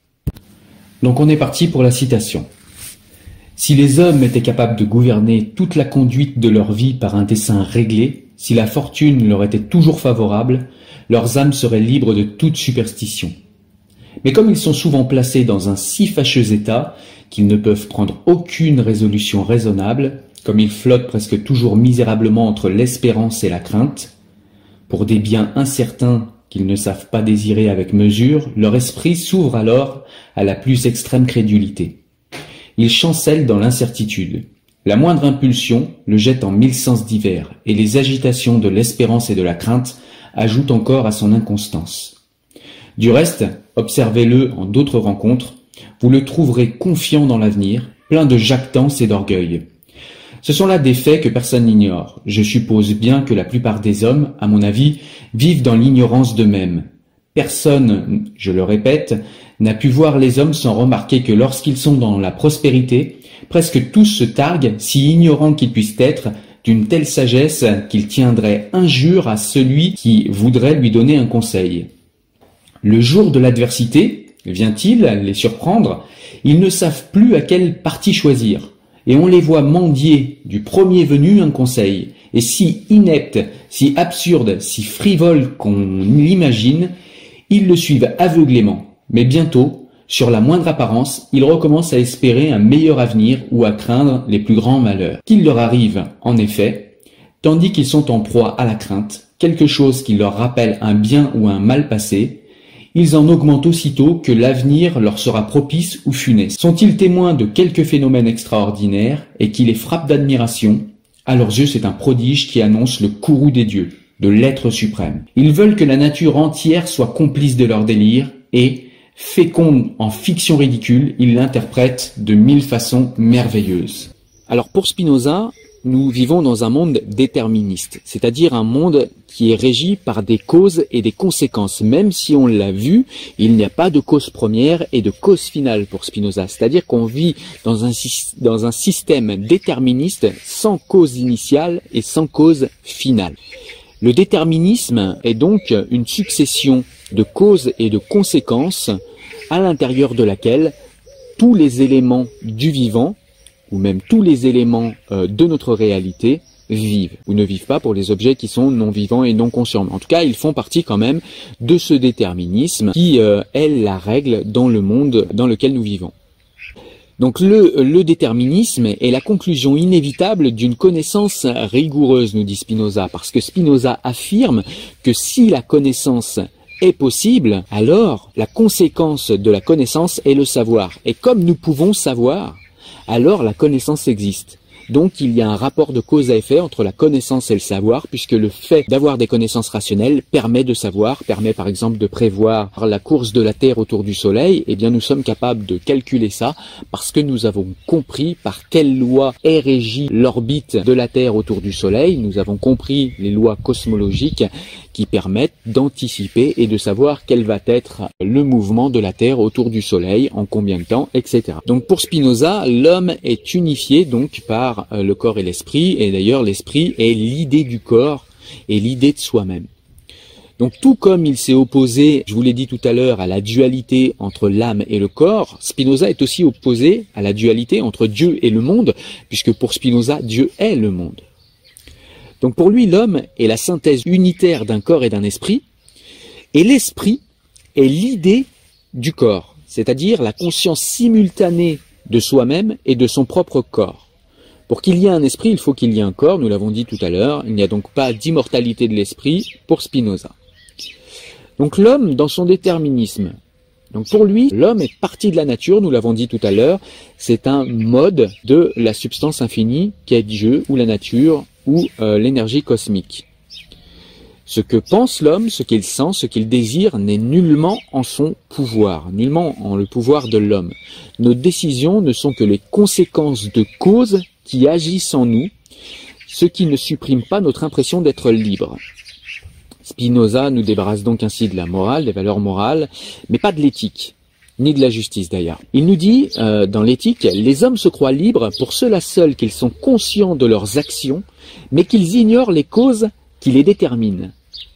Donc on est parti pour la citation. Si les hommes étaient capables de gouverner toute la conduite de leur vie par un dessein réglé, si la fortune leur était toujours favorable, leurs âmes seraient libres de toute superstition. Mais comme ils sont souvent placés dans un si fâcheux état qu'ils ne peuvent prendre aucune résolution raisonnable, comme ils flottent presque toujours misérablement entre l'espérance et la crainte, pour des biens incertains qu'ils ne savent pas désirer avec mesure, leur esprit s'ouvre alors à la plus extrême crédulité. Il chancelle dans l'incertitude. La moindre impulsion le jette en mille sens divers, et les agitations de l'espérance et de la crainte ajoutent encore à son inconstance. Du reste, observez-le en d'autres rencontres, vous le trouverez confiant dans l'avenir, plein de jactance et d'orgueil. Ce sont là des faits que personne n'ignore. Je suppose bien que la plupart des hommes, à mon avis, vivent dans l'ignorance d'eux-mêmes. Personne, je le répète, n'a pu voir les hommes sans remarquer que lorsqu'ils sont dans la prospérité, presque tous se targuent, si ignorants qu'ils puissent être, d'une telle sagesse qu'ils tiendraient injure à celui qui voudrait lui donner un conseil. Le jour de l'adversité, vient-il les surprendre, ils ne savent plus à quel parti choisir. et on les voit mendier du premier venu un conseil, et si inepte, si absurde, si frivole qu'on l'imagine, ils le suivent aveuglément. Mais bientôt, sur la moindre apparence, ils recommencent à espérer un meilleur avenir ou à craindre les plus grands malheurs. Qu'il leur arrive, en effet, tandis qu'ils sont en proie à la crainte, quelque chose qui leur rappelle un bien ou un mal passé, ils en augmentent aussitôt que l'avenir leur sera propice ou funeste. Sont-ils témoins de quelques phénomènes extraordinaires et qui les frappent d'admiration? À leurs yeux, c'est un prodige qui annonce le courroux des dieux, de l'être suprême. Ils veulent que la nature entière soit complice de leur délire et, féconde en fiction ridicule, ils l'interprètent de 1000 façons merveilleuses. Alors pour Spinoza, nous vivons dans un monde déterministe, c'est-à-dire un monde qui est régi par des causes et des conséquences. Même si on l'a vu, il n'y a pas de cause première et de cause finale pour Spinoza. C'est-à-dire qu'on vit dans un système déterministe sans cause initiale et sans cause finale. Le déterminisme est donc une succession de causes et de conséquences à l'intérieur de laquelle tous les éléments du vivant, ou même tous les éléments de notre réalité, vivent ou ne vivent pas pour les objets qui sont non vivants et non conscients. En tout cas, ils font partie quand même de ce déterminisme qui est la règle dans le monde dans lequel nous vivons. Donc le déterminisme est la conclusion inévitable d'une connaissance rigoureuse, nous dit Spinoza, parce que Spinoza affirme que si la connaissance est possible, alors la conséquence de la connaissance est le savoir. Et comme nous pouvons savoir, alors la connaissance existe. Donc il y a un rapport de cause à effet entre la connaissance et le savoir, puisque le fait d'avoir des connaissances rationnelles permet de savoir, permet par exemple de prévoir la course de la Terre autour du Soleil. Eh bien nous sommes capables de calculer ça parce que nous avons compris par quelle loi est régie l'orbite de la Terre autour du Soleil. Nous avons compris les lois cosmologiques qui permettent d'anticiper et de savoir quel va être le mouvement de la Terre autour du Soleil, en combien de temps, etc. Donc pour Spinoza, l'homme est unifié donc par le corps et l'esprit, et d'ailleurs l'esprit est l'idée du corps et l'idée de soi-même. Donc tout comme il s'est opposé, je vous l'ai dit tout à l'heure, à la dualité entre l'âme et le corps, Spinoza est aussi opposé à la dualité entre Dieu et le monde, puisque pour Spinoza, Dieu est le monde. Donc pour lui, l'homme est la synthèse unitaire d'un corps et d'un esprit, et l'esprit est l'idée du corps, c'est-à-dire la conscience simultanée de soi-même et de son propre corps. Pour qu'il y ait un esprit, il faut qu'il y ait un corps, nous l'avons dit tout à l'heure, il n'y a donc pas d'immortalité de l'esprit pour Spinoza. Donc l'homme dans son déterminisme, donc pour lui, l'homme est partie de la nature, nous l'avons dit tout à l'heure, c'est un mode de la substance infinie qui est Dieu ou la nature ou l'énergie cosmique. Ce que pense l'homme, ce qu'il sent, ce qu'il désire n'est nullement en son pouvoir, nullement en le pouvoir de l'homme. Nos décisions ne sont que les conséquences de causes qui agissent en nous, ce qui ne supprime pas notre impression d'être libre. Spinoza nous débarrasse donc ainsi de la morale, des valeurs morales, mais pas de l'éthique, ni de la justice d'ailleurs. Il nous dit, dans l'éthique, les hommes se croient libres pour cela seul qu'ils sont conscients de leurs actions, mais qu'ils ignorent les causes qui les déterminent.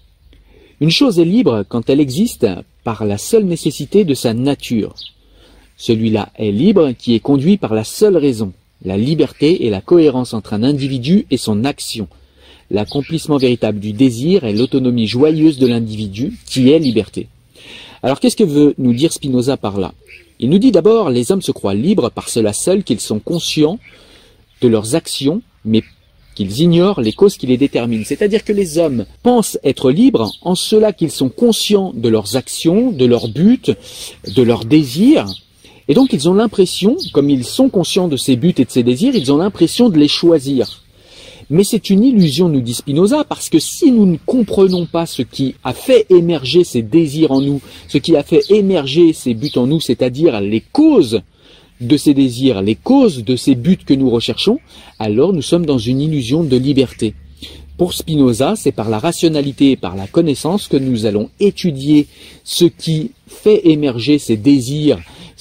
Une chose est libre quand elle existe par la seule nécessité de sa nature. Celui-là est libre qui est conduit par la seule raison, la liberté et la cohérence entre un individu et son action. L'accomplissement véritable du désir est l'autonomie joyeuse de l'individu qui est liberté. Alors qu'est-ce que veut nous dire Spinoza par là? Il nous dit d'abord, les hommes se croient libres par cela seul qu'ils sont conscients de leurs actions, mais qu'ils ignorent les causes qui les déterminent. C'est-à-dire que les hommes pensent être libres en cela qu'ils sont conscients de leurs actions, de leurs buts, de leurs désirs. Et donc ils ont l'impression, comme ils sont conscients de ces buts et de ces désirs, ils ont l'impression de les choisir. Mais c'est une illusion, nous dit Spinoza, parce que si nous ne comprenons pas ce qui a fait émerger ces désirs en nous, ce qui a fait émerger ces buts en nous, c'est-à-dire les causes de ces désirs, les causes de ces buts que nous recherchons, alors nous sommes dans une illusion de liberté. Pour Spinoza, c'est par la rationalité et par la connaissance que nous allons étudier ce qui fait émerger ces désirs,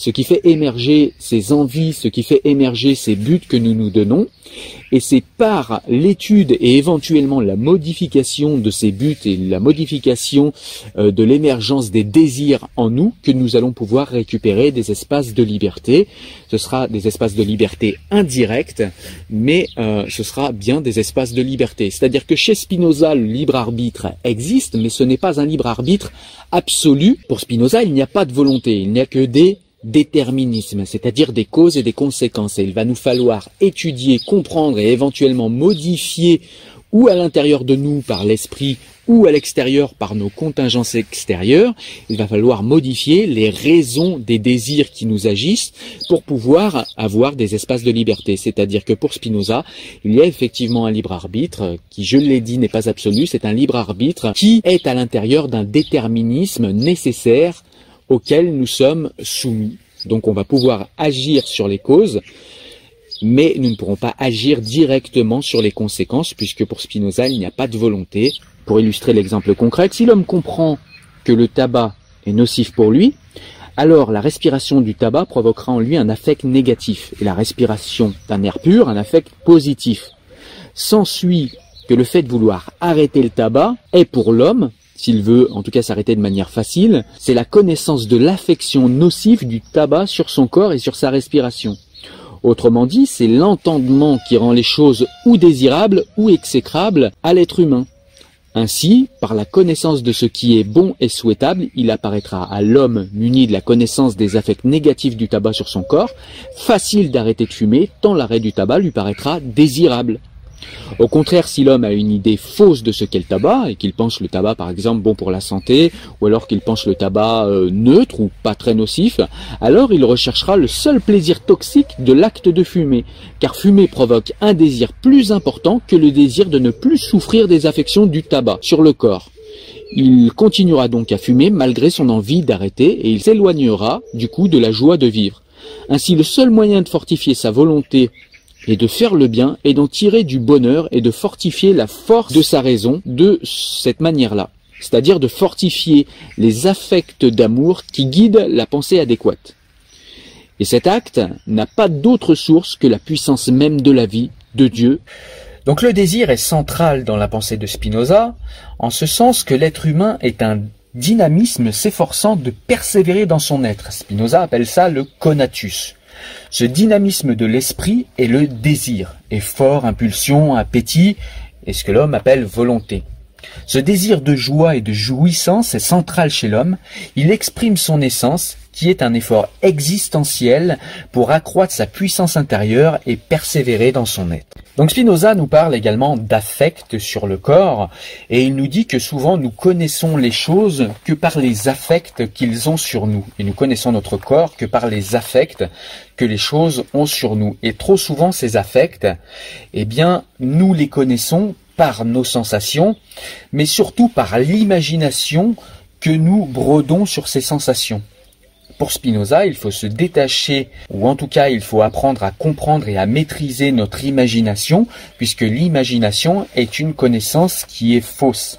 ce qui fait émerger ces envies, ce qui fait émerger ces buts que nous nous donnons. Et c'est par l'étude et éventuellement la modification de ces buts et la modification de l'émergence des désirs en nous que nous allons pouvoir récupérer des espaces de liberté. Ce sera des espaces de liberté indirects, mais ce sera bien des espaces de liberté. C'est-à-dire que chez Spinoza, le libre arbitre existe, mais ce n'est pas un libre arbitre absolu. Pour Spinoza, il n'y a pas de volonté, il n'y a que des déterminismes, c'est-à-dire des causes et des conséquences. Et il va nous falloir étudier, comprendre et éventuellement modifier, ou à l'intérieur de nous par l'esprit, ou à l'extérieur par nos contingences extérieures. Il va falloir modifier les raisons des désirs qui nous agissent pour pouvoir avoir des espaces de liberté. C'est-à-dire que pour Spinoza, il y a effectivement un libre arbitre qui, je l'ai dit, n'est pas absolu. C'est un libre arbitre qui est à l'intérieur d'un déterminisme nécessaire auquel nous sommes soumis. Donc on va pouvoir agir sur les causes, mais nous ne pourrons pas agir directement sur les conséquences, puisque pour Spinoza, il n'y a pas de volonté. Pour illustrer l'exemple concret, si l'homme comprend que le tabac est nocif pour lui, alors la respiration du tabac provoquera en lui un affect négatif, et la respiration d'un air pur, un affect positif. S'ensuit que le fait de vouloir arrêter le tabac est pour l'homme, s'il veut en tout cas s'arrêter de manière facile, c'est la connaissance de l'affection nocive du tabac sur son corps et sur sa respiration. Autrement dit, c'est l'entendement qui rend les choses ou désirables ou exécrables à l'être humain. Ainsi, par la connaissance de ce qui est bon et souhaitable, il apparaîtra à l'homme muni de la connaissance des affects négatifs du tabac sur son corps, facile d'arrêter de fumer tant l'arrêt du tabac lui paraîtra désirable. Au contraire, si l'homme a une idée fausse de ce qu'est le tabac, et qu'il pense le tabac par exemple bon pour la santé, ou alors qu'il pense le tabac neutre ou pas très nocif, alors il recherchera le seul plaisir toxique de l'acte de fumer, car fumer provoque un désir plus important que le désir de ne plus souffrir des affections du tabac sur le corps. Il continuera donc à fumer malgré son envie d'arrêter, et il s'éloignera du coup de la joie de vivre. Ainsi, le seul moyen de fortifier sa volonté et de faire le bien et d'en tirer du bonheur et de fortifier la force de sa raison de cette manière-là. C'est-à-dire de fortifier les affects d'amour qui guident la pensée adéquate. Et cet acte n'a pas d'autre source que la puissance même de la vie, de Dieu. Donc le désir est central dans la pensée de Spinoza, en ce sens que l'être humain est un dynamisme s'efforçant de persévérer dans son être. Spinoza appelle ça le conatus. Ce dynamisme de l'esprit est le désir, effort, impulsion, appétit, et ce que l'homme appelle volonté. Ce désir de joie et de jouissance est central chez l'homme, il exprime son essence, qui est un effort existentiel pour accroître sa puissance intérieure et persévérer dans son être. Donc Spinoza nous parle également d'affect sur le corps, et il nous dit que souvent nous connaissons les choses que par les affects qu'ils ont sur nous, et nous connaissons notre corps que par les affects que les choses ont sur nous. Et trop souvent ces affects, eh bien, nous les connaissons par nos sensations, mais surtout par l'imagination que nous brodons sur ces sensations. Pour Spinoza, il faut se détacher, ou en tout cas il faut apprendre à comprendre et à maîtriser notre imagination, puisque l'imagination est une connaissance qui est fausse.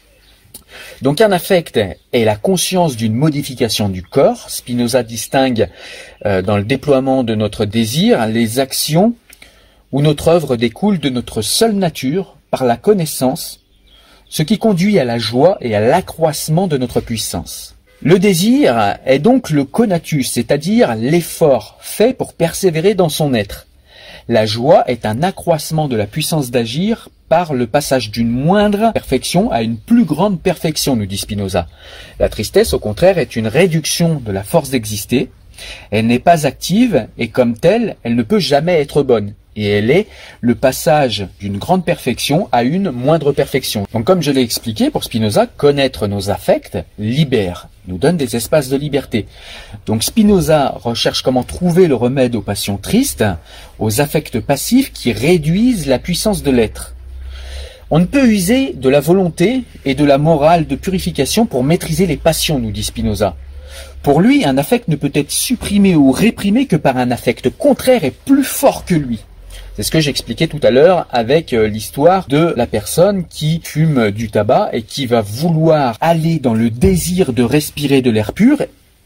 Donc un affect est la conscience d'une modification du corps. Spinoza distingue dans le déploiement de notre désir les actions où notre œuvre découle de notre seule nature par la connaissance, ce qui conduit à la joie et à l'accroissement de notre puissance. Le désir est donc le conatus, c'est-à-dire l'effort fait pour persévérer dans son être. La joie est un accroissement de la puissance d'agir par le passage d'une moindre perfection à une plus grande perfection, nous dit Spinoza. La tristesse, au contraire, est une réduction de la force d'exister. Elle n'est pas active et comme telle, elle ne peut jamais être bonne. Et elle est le passage d'une grande perfection à une moindre perfection. Donc comme je l'ai expliqué, pour Spinoza, connaître nos affects libère, nous donne des espaces de liberté. Donc Spinoza recherche comment trouver le remède aux passions tristes, aux affects passifs qui réduisent la puissance de l'être. On ne peut user de la volonté et de la morale de purification pour maîtriser les passions, nous dit Spinoza. Pour lui, un affect ne peut être supprimé ou réprimé que par un affect contraire et plus fort que lui. C'est ce que j'expliquais tout à l'heure avec l'histoire de la personne qui fume du tabac et qui va vouloir aller dans le désir de respirer de l'air pur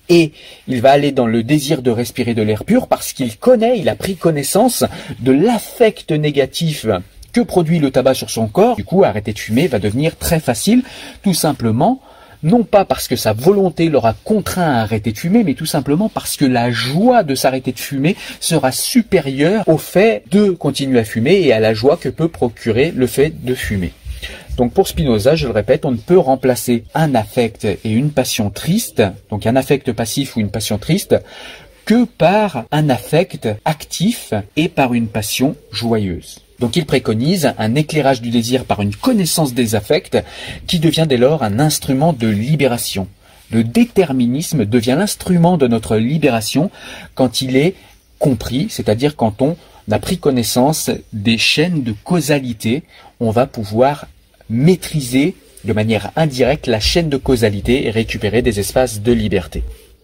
Et il va aller dans le désir de respirer de l'air pur parce qu'il connaît, il a pris connaissance de l'affect négatif que produit le tabac sur son corps. Du coup, arrêter de fumer va devenir très facile, tout simplement, non pas parce que sa volonté l'aura contraint à arrêter de fumer, mais tout simplement parce que la joie de s'arrêter de fumer sera supérieure au fait de continuer à fumer et à la joie que peut procurer le fait de fumer. Donc pour Spinoza, je le répète, on ne peut remplacer un affect et une passion triste, donc un affect passif ou une passion triste, que par un affect actif et par une passion joyeuse. Donc il préconise un éclairage du désir par une connaissance des affects qui devient dès lors un instrument de libération. Le déterminisme devient l'instrument de notre libération quand il est compris, c'est-à-dire quand on a pris connaissance des chaînes de causalité, on va pouvoir maîtriser de manière indirecte la chaîne de causalité et récupérer des espaces de liberté.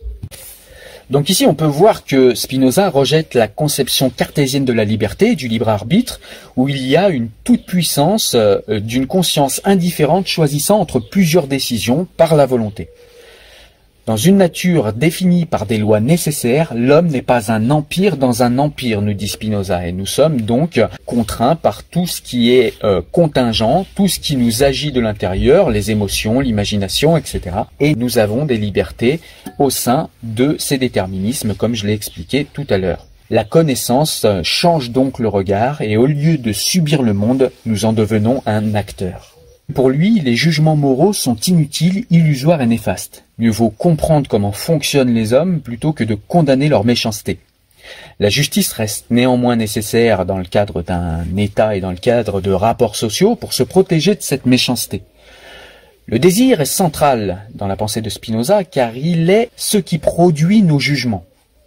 Donc ici, on peut voir que Spinoza rejette la conception cartésienne de la liberté, du libre arbitre, où il y a une toute-puissance d'une conscience indifférente choisissant entre plusieurs décisions par la volonté. Dans une nature définie par des lois nécessaires, l'homme n'est pas un empire dans un empire, nous dit Spinoza, et nous sommes donc contraints par tout ce qui est contingent, tout ce qui nous agit de l'intérieur, les émotions, l'imagination, etc. Et nous avons des libertés au sein de ces déterminismes, comme je l'ai expliqué tout à l'heure. La connaissance change donc le regard, et au lieu de subir le monde, nous en devenons un acteur. Pour lui, les jugements moraux sont inutiles, illusoires et néfastes. Mieux vaut comprendre comment fonctionnent les hommes plutôt que de condamner leur méchanceté. La justice reste néanmoins nécessaire dans le cadre d'un État et dans le cadre de rapports sociaux pour se protéger de cette méchanceté. Le désir est central dans la pensée de Spinoza car il est ce qui produit nos jugements.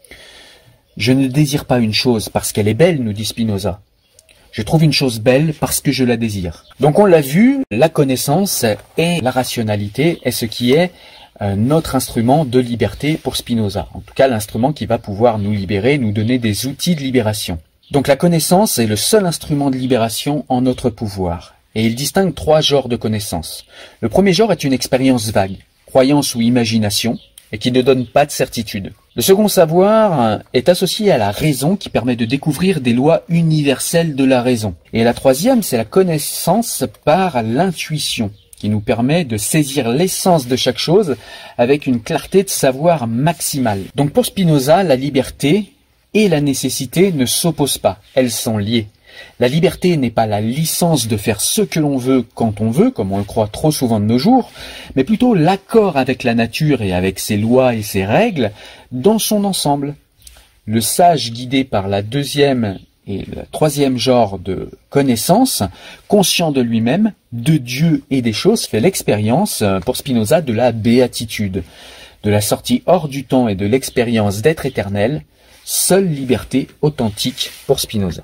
Je ne désire pas une chose parce qu'elle est belle, nous dit Spinoza. Je trouve une chose belle parce que je la désire. Donc on l'a vu, la connaissance et la rationalité est ce qui est notre instrument de liberté pour Spinoza. En tout cas, l'instrument qui va pouvoir nous libérer, nous donner des outils de libération. Donc la connaissance est le seul instrument de libération en notre pouvoir. Et il distingue 3 genres de connaissance. Le premier genre est une expérience vague, croyance ou imagination, et qui ne donne pas de certitude. Le second savoir est associé à la raison qui permet de découvrir des lois universelles de la raison. Et la troisième, c'est la connaissance par l'intuition, qui nous permet de saisir l'essence de chaque chose avec une clarté de savoir maximale. Donc pour Spinoza, la liberté et la nécessité ne s'opposent pas, elles sont liées. La liberté n'est pas la licence de faire ce que l'on veut quand on veut, comme on le croit trop souvent de nos jours, mais plutôt l'accord avec la nature et avec ses lois et ses règles dans son ensemble. Le sage guidé par la deuxième et le troisième genre de connaissance, conscient de lui-même, de Dieu et des choses, fait l'expérience, pour Spinoza, de la béatitude, de la sortie hors du temps et de l'expérience d'être éternel, seule liberté authentique pour Spinoza.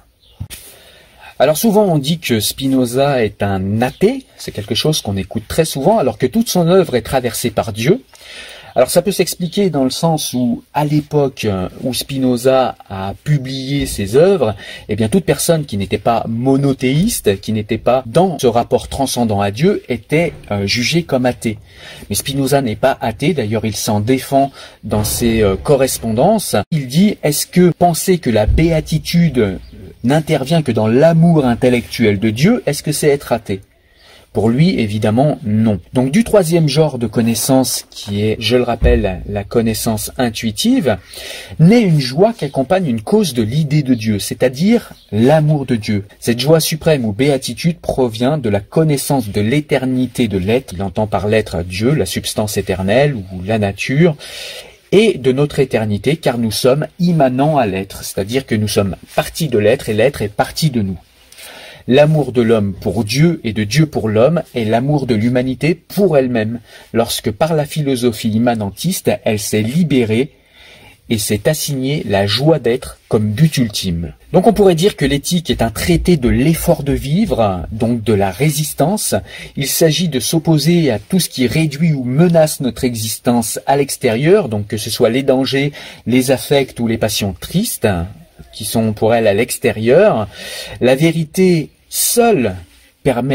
Alors souvent on dit que Spinoza est un athée, c'est quelque chose qu'on écoute très souvent, alors que toute son œuvre est traversée par Dieu. Alors ça peut s'expliquer dans le sens où, à l'époque où Spinoza a publié ses œuvres, eh bien toute personne qui n'était pas monothéiste, qui n'était pas dans ce rapport transcendant à Dieu, était jugée comme athée. Mais Spinoza n'est pas athée, d'ailleurs il s'en défend dans ses correspondances. Il dit, est-ce que penser que la béatitude n'intervient que dans l'amour intellectuel de Dieu, est-ce que c'est être athée ? Pour lui, évidemment, non. Donc du troisième genre de connaissance, qui est, je le rappelle, la connaissance intuitive, naît une joie qui accompagne une cause de l'idée de Dieu, c'est-à-dire l'amour de Dieu. Cette joie suprême ou béatitude provient de la connaissance de l'éternité de l'être, il entend par l'être Dieu, la substance éternelle ou la nature, et de notre éternité, car nous sommes immanents à l'être, c'est-à-dire que nous sommes partie de l'être et l'être est partie de nous. L'amour de l'homme pour Dieu et de Dieu pour l'homme est l'amour de l'humanité pour elle-même, lorsque par la philosophie immanentiste, elle s'est libérée et s'est assignée la joie d'être comme but ultime. Donc on pourrait dire que l'éthique est un traité de l'effort de vivre, donc de la résistance. Il s'agit de s'opposer à tout ce qui réduit ou menace notre existence à l'extérieur, donc que ce soit les dangers, les affects ou les passions tristes, qui sont pour elle à l'extérieur. La vérité seule permet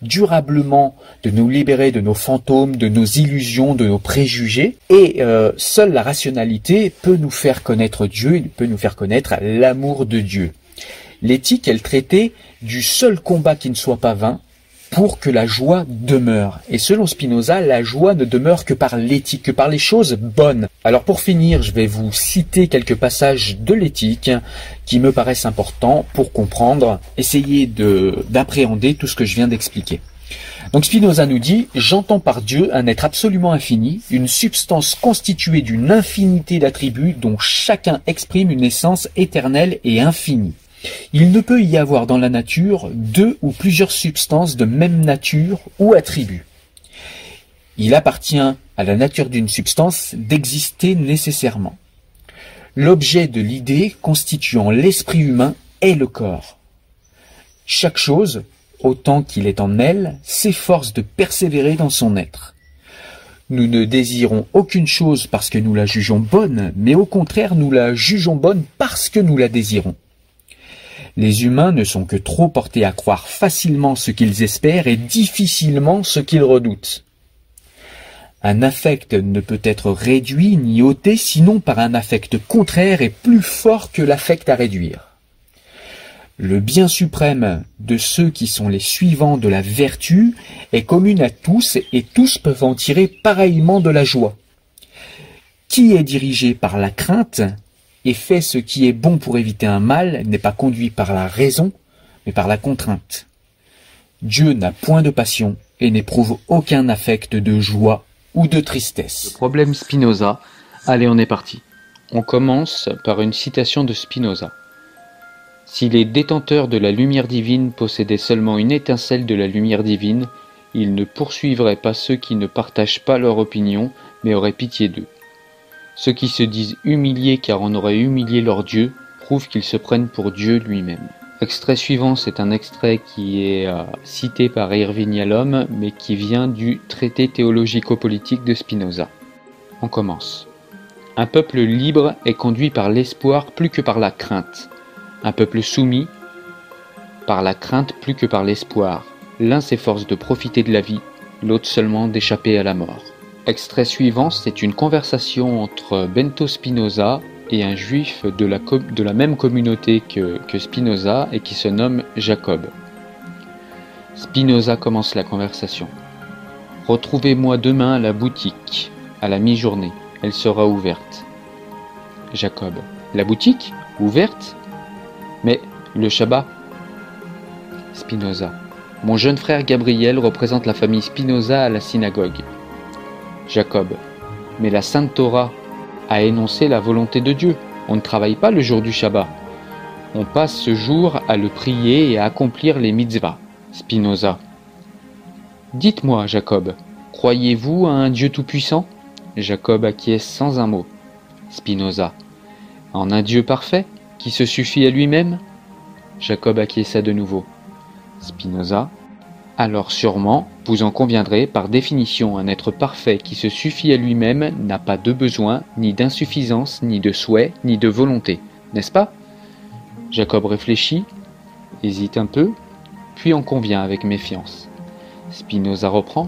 durablement de nous libérer de nos fantômes, de nos illusions, de nos préjugés. Et seule la rationalité peut nous faire connaître Dieu, peut nous faire connaître l'amour de Dieu. L'éthique, elle traitait du seul combat qui ne soit pas vain pour que la joie demeure. Et selon Spinoza, la joie ne demeure que par l'éthique, que par les choses bonnes. Alors pour finir, je vais vous citer quelques passages de l'éthique qui me paraissent importants pour comprendre, essayer d'appréhender tout ce que je viens d'expliquer. Donc Spinoza nous dit « J'entends par Dieu un être absolument infini, une substance constituée d'une infinité d'attributs dont chacun exprime une essence éternelle et infinie. Il ne peut y avoir dans la nature deux ou plusieurs substances de même nature ou attributs. Il appartient à la nature d'une substance d'exister nécessairement. L'objet de l'idée constituant l'esprit humain est le corps. Chaque chose, autant qu'il est en elle, s'efforce de persévérer dans son être. Nous ne désirons aucune chose parce que nous la jugeons bonne, mais au contraire nous la jugeons bonne parce que nous la désirons. Les humains ne sont que trop portés à croire facilement ce qu'ils espèrent et difficilement ce qu'ils redoutent. Un affect ne peut être réduit ni ôté sinon par un affect contraire et plus fort que l'affect à réduire. Le bien suprême de ceux qui sont les suivants de la vertu est commune à tous et tous peuvent en tirer pareillement de la joie. Qui est dirigé par la crainte et fait ce qui est bon pour éviter un mal n'est pas conduit par la raison, mais par la contrainte. Dieu n'a point de passion et n'éprouve aucun affect de joie ou de tristesse. Le problème Spinoza, allez on est parti. On commence par une citation de Spinoza. Si les détenteurs de la lumière divine possédaient seulement une étincelle de la lumière divine, ils ne poursuivraient pas ceux qui ne partagent pas leur opinion, mais auraient pitié d'eux. Ceux qui se disent humiliés car on aurait humilié leur Dieu prouvent qu'ils se prennent pour Dieu lui-même. L'extrait suivant, c'est un extrait qui est cité par Irving Yalom, mais qui vient du traité théologico-politique de Spinoza. On commence. Un peuple libre est conduit par l'espoir plus que par la crainte. Un peuple soumis par la crainte plus que par l'espoir. L'un s'efforce de profiter de la vie, l'autre seulement d'échapper à la mort. Extrait suivant, c'est une conversation entre Bento Spinoza et un juif de la même communauté que Spinoza et qui se nomme Jacob. Spinoza commence la conversation. « Retrouvez-moi demain à la boutique, à la mi-journée, elle sera ouverte. » Jacob. « La boutique ? Ouverte ? Mais le Shabbat ?» Spinoza. « Mon jeune frère Gabriel représente la famille Spinoza à la synagogue. » Jacob. Mais la Sainte Torah a énoncé la volonté de Dieu. On ne travaille pas le jour du Shabbat. On passe ce jour à le prier et à accomplir les mitzvahs. Spinoza. Dites-moi, Jacob, croyez-vous à un Dieu tout-puissant ? Jacob acquiesce sans un mot. Spinoza. En un Dieu parfait, qui se suffit à lui-même ? Jacob acquiesça de nouveau. Spinoza. Alors sûrement, vous en conviendrez, par définition, un être parfait qui se suffit à lui-même n'a pas de besoin, ni d'insuffisance, ni de souhait, ni de volonté, n'est-ce pas ? Jacob réfléchit, hésite un peu, puis en convient avec méfiance. Spinoza reprend.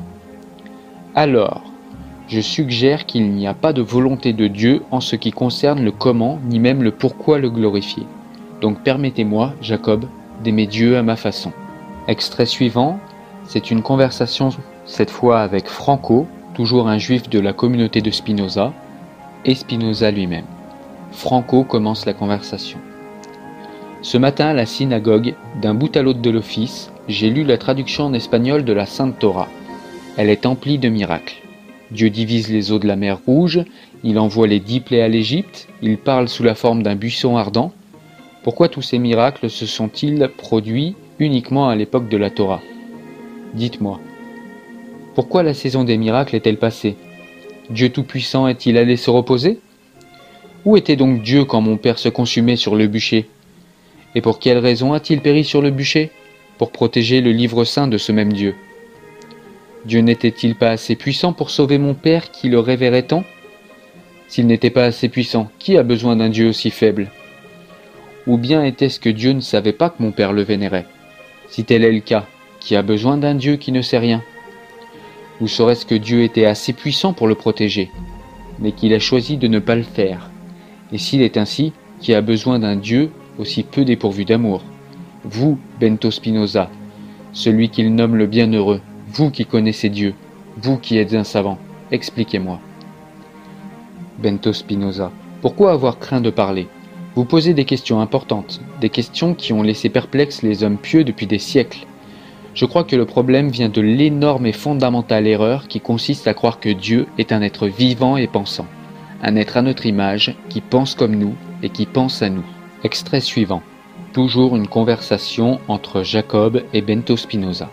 Alors, je suggère qu'il n'y a pas de volonté de Dieu en ce qui concerne le comment, ni même le pourquoi le glorifier. Donc permettez-moi, Jacob, d'aimer Dieu à ma façon. Extrait suivant. C'est une conversation, cette fois avec Franco, toujours un juif de la communauté de Spinoza, et Spinoza lui-même. Franco commence la conversation. Ce matin à la synagogue, d'un bout à l'autre de l'office, j'ai lu la traduction en espagnol de la Sainte Torah. Elle est emplie de miracles. Dieu divise les eaux de la mer Rouge, il envoie les 10 plaies à l'Égypte, il parle sous la forme d'un buisson ardent. Pourquoi tous ces miracles se sont-ils produits uniquement à l'époque de la Torah ? Dites-moi, pourquoi la saison des miracles est-elle passée ? Dieu Tout-Puissant est-il allé se reposer ? Où était donc Dieu quand mon père se consumait sur le bûcher ? Et pour quelle raison a-t-il péri sur le bûcher ? Pour protéger le livre saint de ce même Dieu. Dieu n'était-il pas assez puissant pour sauver mon père qui le révérait tant ? S'il n'était pas assez puissant, qui a besoin d'un Dieu aussi faible ? Ou bien était-ce que Dieu ne savait pas que mon père le vénérait ? Si tel est le cas, qui a besoin d'un Dieu qui ne sait rien? Ou serait-ce que Dieu était assez puissant pour le protéger, mais qu'il a choisi de ne pas le faire? Et s'il est ainsi, qui a besoin d'un Dieu aussi peu dépourvu d'amour? Vous, Bento Spinoza, celui qu'il nomme le bienheureux, vous qui connaissez Dieu, vous qui êtes un savant, expliquez-moi. Bento Spinoza, pourquoi avoir craint de parler? Vous posez des questions importantes, des questions qui ont laissé perplexes les hommes pieux depuis des siècles. Je crois que le problème vient de l'énorme et fondamentale erreur qui consiste à croire que Dieu est un être vivant et pensant, un être à notre image, qui pense comme nous et qui pense à nous. Extrait suivant. Toujours une conversation entre Jacob et Bento Spinoza.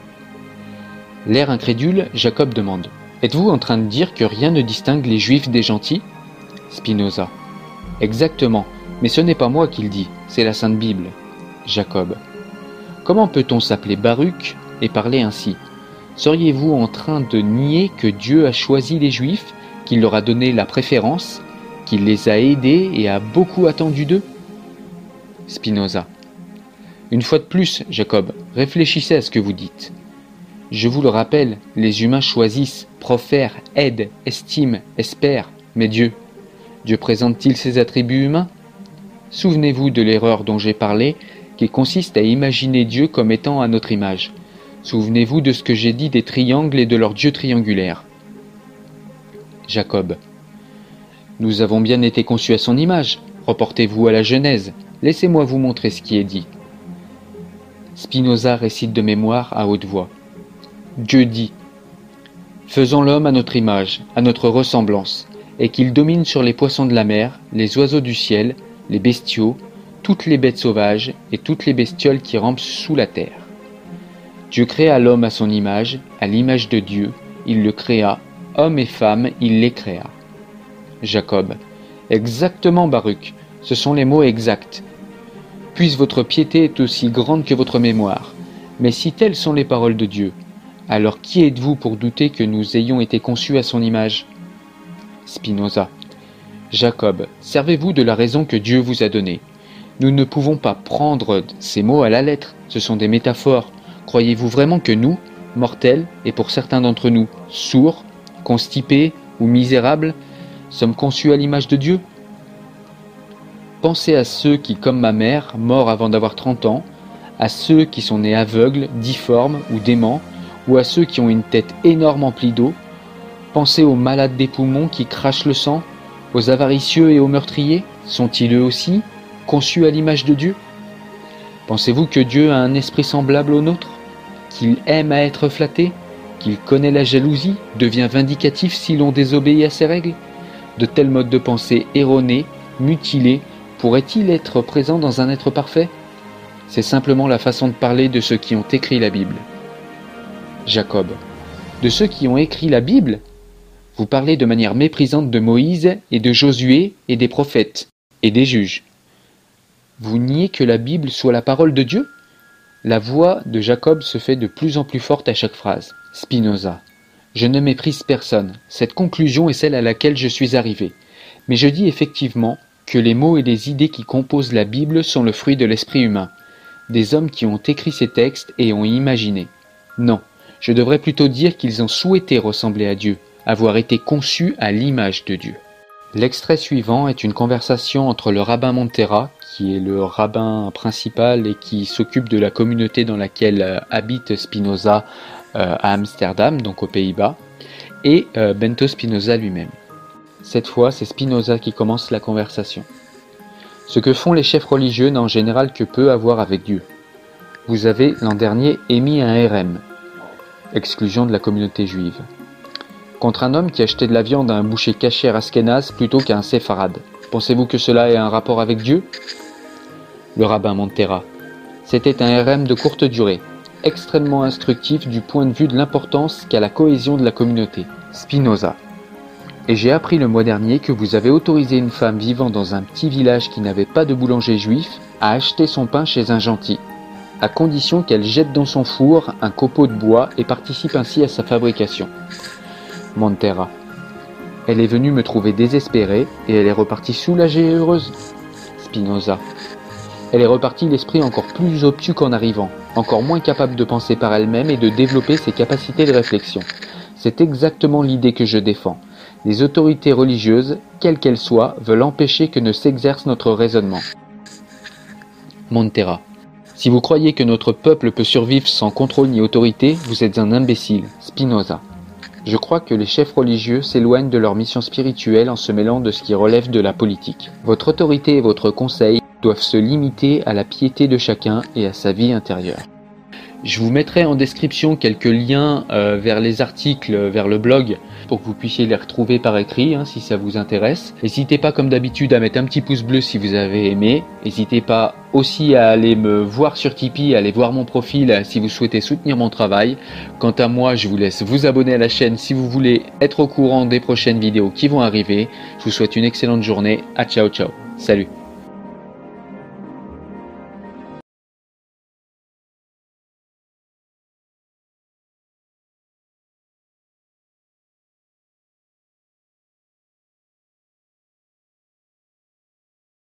L'air incrédule, Jacob demande « Êtes-vous en train de dire que rien ne distingue les juifs des gentils ?» Spinoza. Exactement, mais ce n'est pas moi qui le dis, c'est la Sainte Bible. Jacob. Comment peut-on s'appeler Baruch et parler ainsi? Seriez-vous en train de nier que Dieu a choisi les Juifs, qu'il leur a donné la préférence, qu'il les a aidés et a beaucoup attendu d'eux? Spinoza. Une fois de plus, Jacob, réfléchissez à ce que vous dites. Je vous le rappelle, les humains choisissent, profèrent, aident, estiment, espèrent, mais Dieu présente-t-il ses attributs humains? Souvenez-vous de l'erreur dont j'ai parlé, qui consiste à imaginer Dieu comme étant à notre image. Souvenez-vous de ce que j'ai dit des triangles et de leur Dieu triangulaire. Jacob. Nous avons bien été conçus à son image. Reportez-vous à la Genèse. Laissez-moi vous montrer ce qui est dit. Spinoza récite de mémoire à haute voix. Dieu dit « Faisons l'homme à notre image, à notre ressemblance, et qu'il domine sur les poissons de la mer, les oiseaux du ciel, les bestiaux, toutes les bêtes sauvages et toutes les bestioles qui rampent sous la terre. Dieu créa l'homme à son image, à l'image de Dieu, il le créa, homme et femme, il les créa. » Jacob. Exactement, Baruch, ce sont les mots exacts. Puisse votre piété est aussi grande que votre mémoire. Mais si telles sont les paroles de Dieu, alors qui êtes-vous pour douter que nous ayons été conçus à son image? Spinoza. Jacob, servez-vous de la raison que Dieu vous a donnée. Nous ne pouvons pas prendre ces mots à la lettre, ce sont des métaphores. Croyez-vous vraiment que nous, mortels, et pour certains d'entre nous, sourds, constipés ou misérables, sommes conçus à l'image de Dieu? Pensez à ceux qui, comme ma mère, morts avant d'avoir 30 ans, à ceux qui sont nés aveugles, difformes ou déments, ou à ceux qui ont une tête énorme emplie d'eau. Pensez aux malades des poumons qui crachent le sang, aux avaricieux et aux meurtriers, sont-ils eux aussi conçus à l'image de Dieu? Pensez-vous que Dieu a un esprit semblable au nôtre, qu'il aime à être flatté, qu'il connaît la jalousie, devient vindicatif si l'on désobéit à ses règles? De tels modes de pensée erronés, mutilés, pourrait-il être présent dans un être parfait? C'est simplement la façon de parler de ceux qui ont écrit la Bible. Jacob. De ceux qui ont écrit la Bible? Vous parlez de manière méprisante de Moïse et de Josué et des prophètes et des juges. Vous niez que la Bible soit la parole de Dieu? La voix de Jacob se fait de plus en plus forte à chaque phrase. Spinoza. Je ne méprise personne. Cette conclusion est celle à laquelle je suis arrivé. Mais je dis effectivement que les mots et les idées qui composent la Bible sont le fruit de l'esprit humain, des hommes qui ont écrit ces textes et ont imaginé. Non, je devrais plutôt dire qu'ils ont souhaité ressembler à Dieu, avoir été conçus à l'image de Dieu. L'extrait suivant est une conversation entre le rabbin Montera, qui est le rabbin principal et qui s'occupe de la communauté dans laquelle habite Spinoza à Amsterdam, donc aux Pays-Bas, et Bento Spinoza lui-même. Cette fois, c'est Spinoza qui commence la conversation. Ce que font les chefs religieux n'a en général que peu à voir avec Dieu. Vous avez, l'an dernier, émis un RM, exclusion de la communauté juive, contre un homme qui achetait de la viande à un boucher kasher askénaze plutôt qu'à un séfarade. Pensez-vous que cela ait un rapport avec Dieu? Le rabbin Montera. C'était un RM de courte durée, extrêmement instructif du point de vue de l'importance qu'a la cohésion de la communauté. Spinoza. Et j'ai appris le mois dernier que vous avez autorisé une femme vivant dans un petit village qui n'avait pas de boulanger juif à acheter son pain chez un gentil, à condition qu'elle jette dans son four un copeau de bois et participe ainsi à sa fabrication. Montera. Elle est venue me trouver désespérée et elle est repartie soulagée et heureuse. Spinoza. Elle est repartie l'esprit encore plus obtus qu'en arrivant, encore moins capable de penser par elle-même et de développer ses capacités de réflexion. C'est exactement l'idée que je défends. Les autorités religieuses, quelles qu'elles soient, veulent empêcher que ne s'exerce notre raisonnement. Montera. Si vous croyez que notre peuple peut survivre sans contrôle ni autorité, vous êtes un imbécile. Spinoza. Je crois que les chefs religieux s'éloignent de leur mission spirituelle en se mêlant de ce qui relève de la politique. Votre autorité et votre conseil doivent se limiter à la piété de chacun et à sa vie intérieure. Je vous mettrai en description quelques liens vers les articles, vers le blog, pour que vous puissiez les retrouver par écrit si ça vous intéresse. N'hésitez pas comme d'habitude à mettre un petit pouce bleu si vous avez aimé. N'hésitez pas aussi à aller me voir sur Tipeee, à aller voir mon profil si vous souhaitez soutenir mon travail. Quant à moi, je vous laisse vous abonner à la chaîne si vous voulez être au courant des prochaines vidéos qui vont arriver. Je vous souhaite une excellente journée. Ciao ciao. Salut.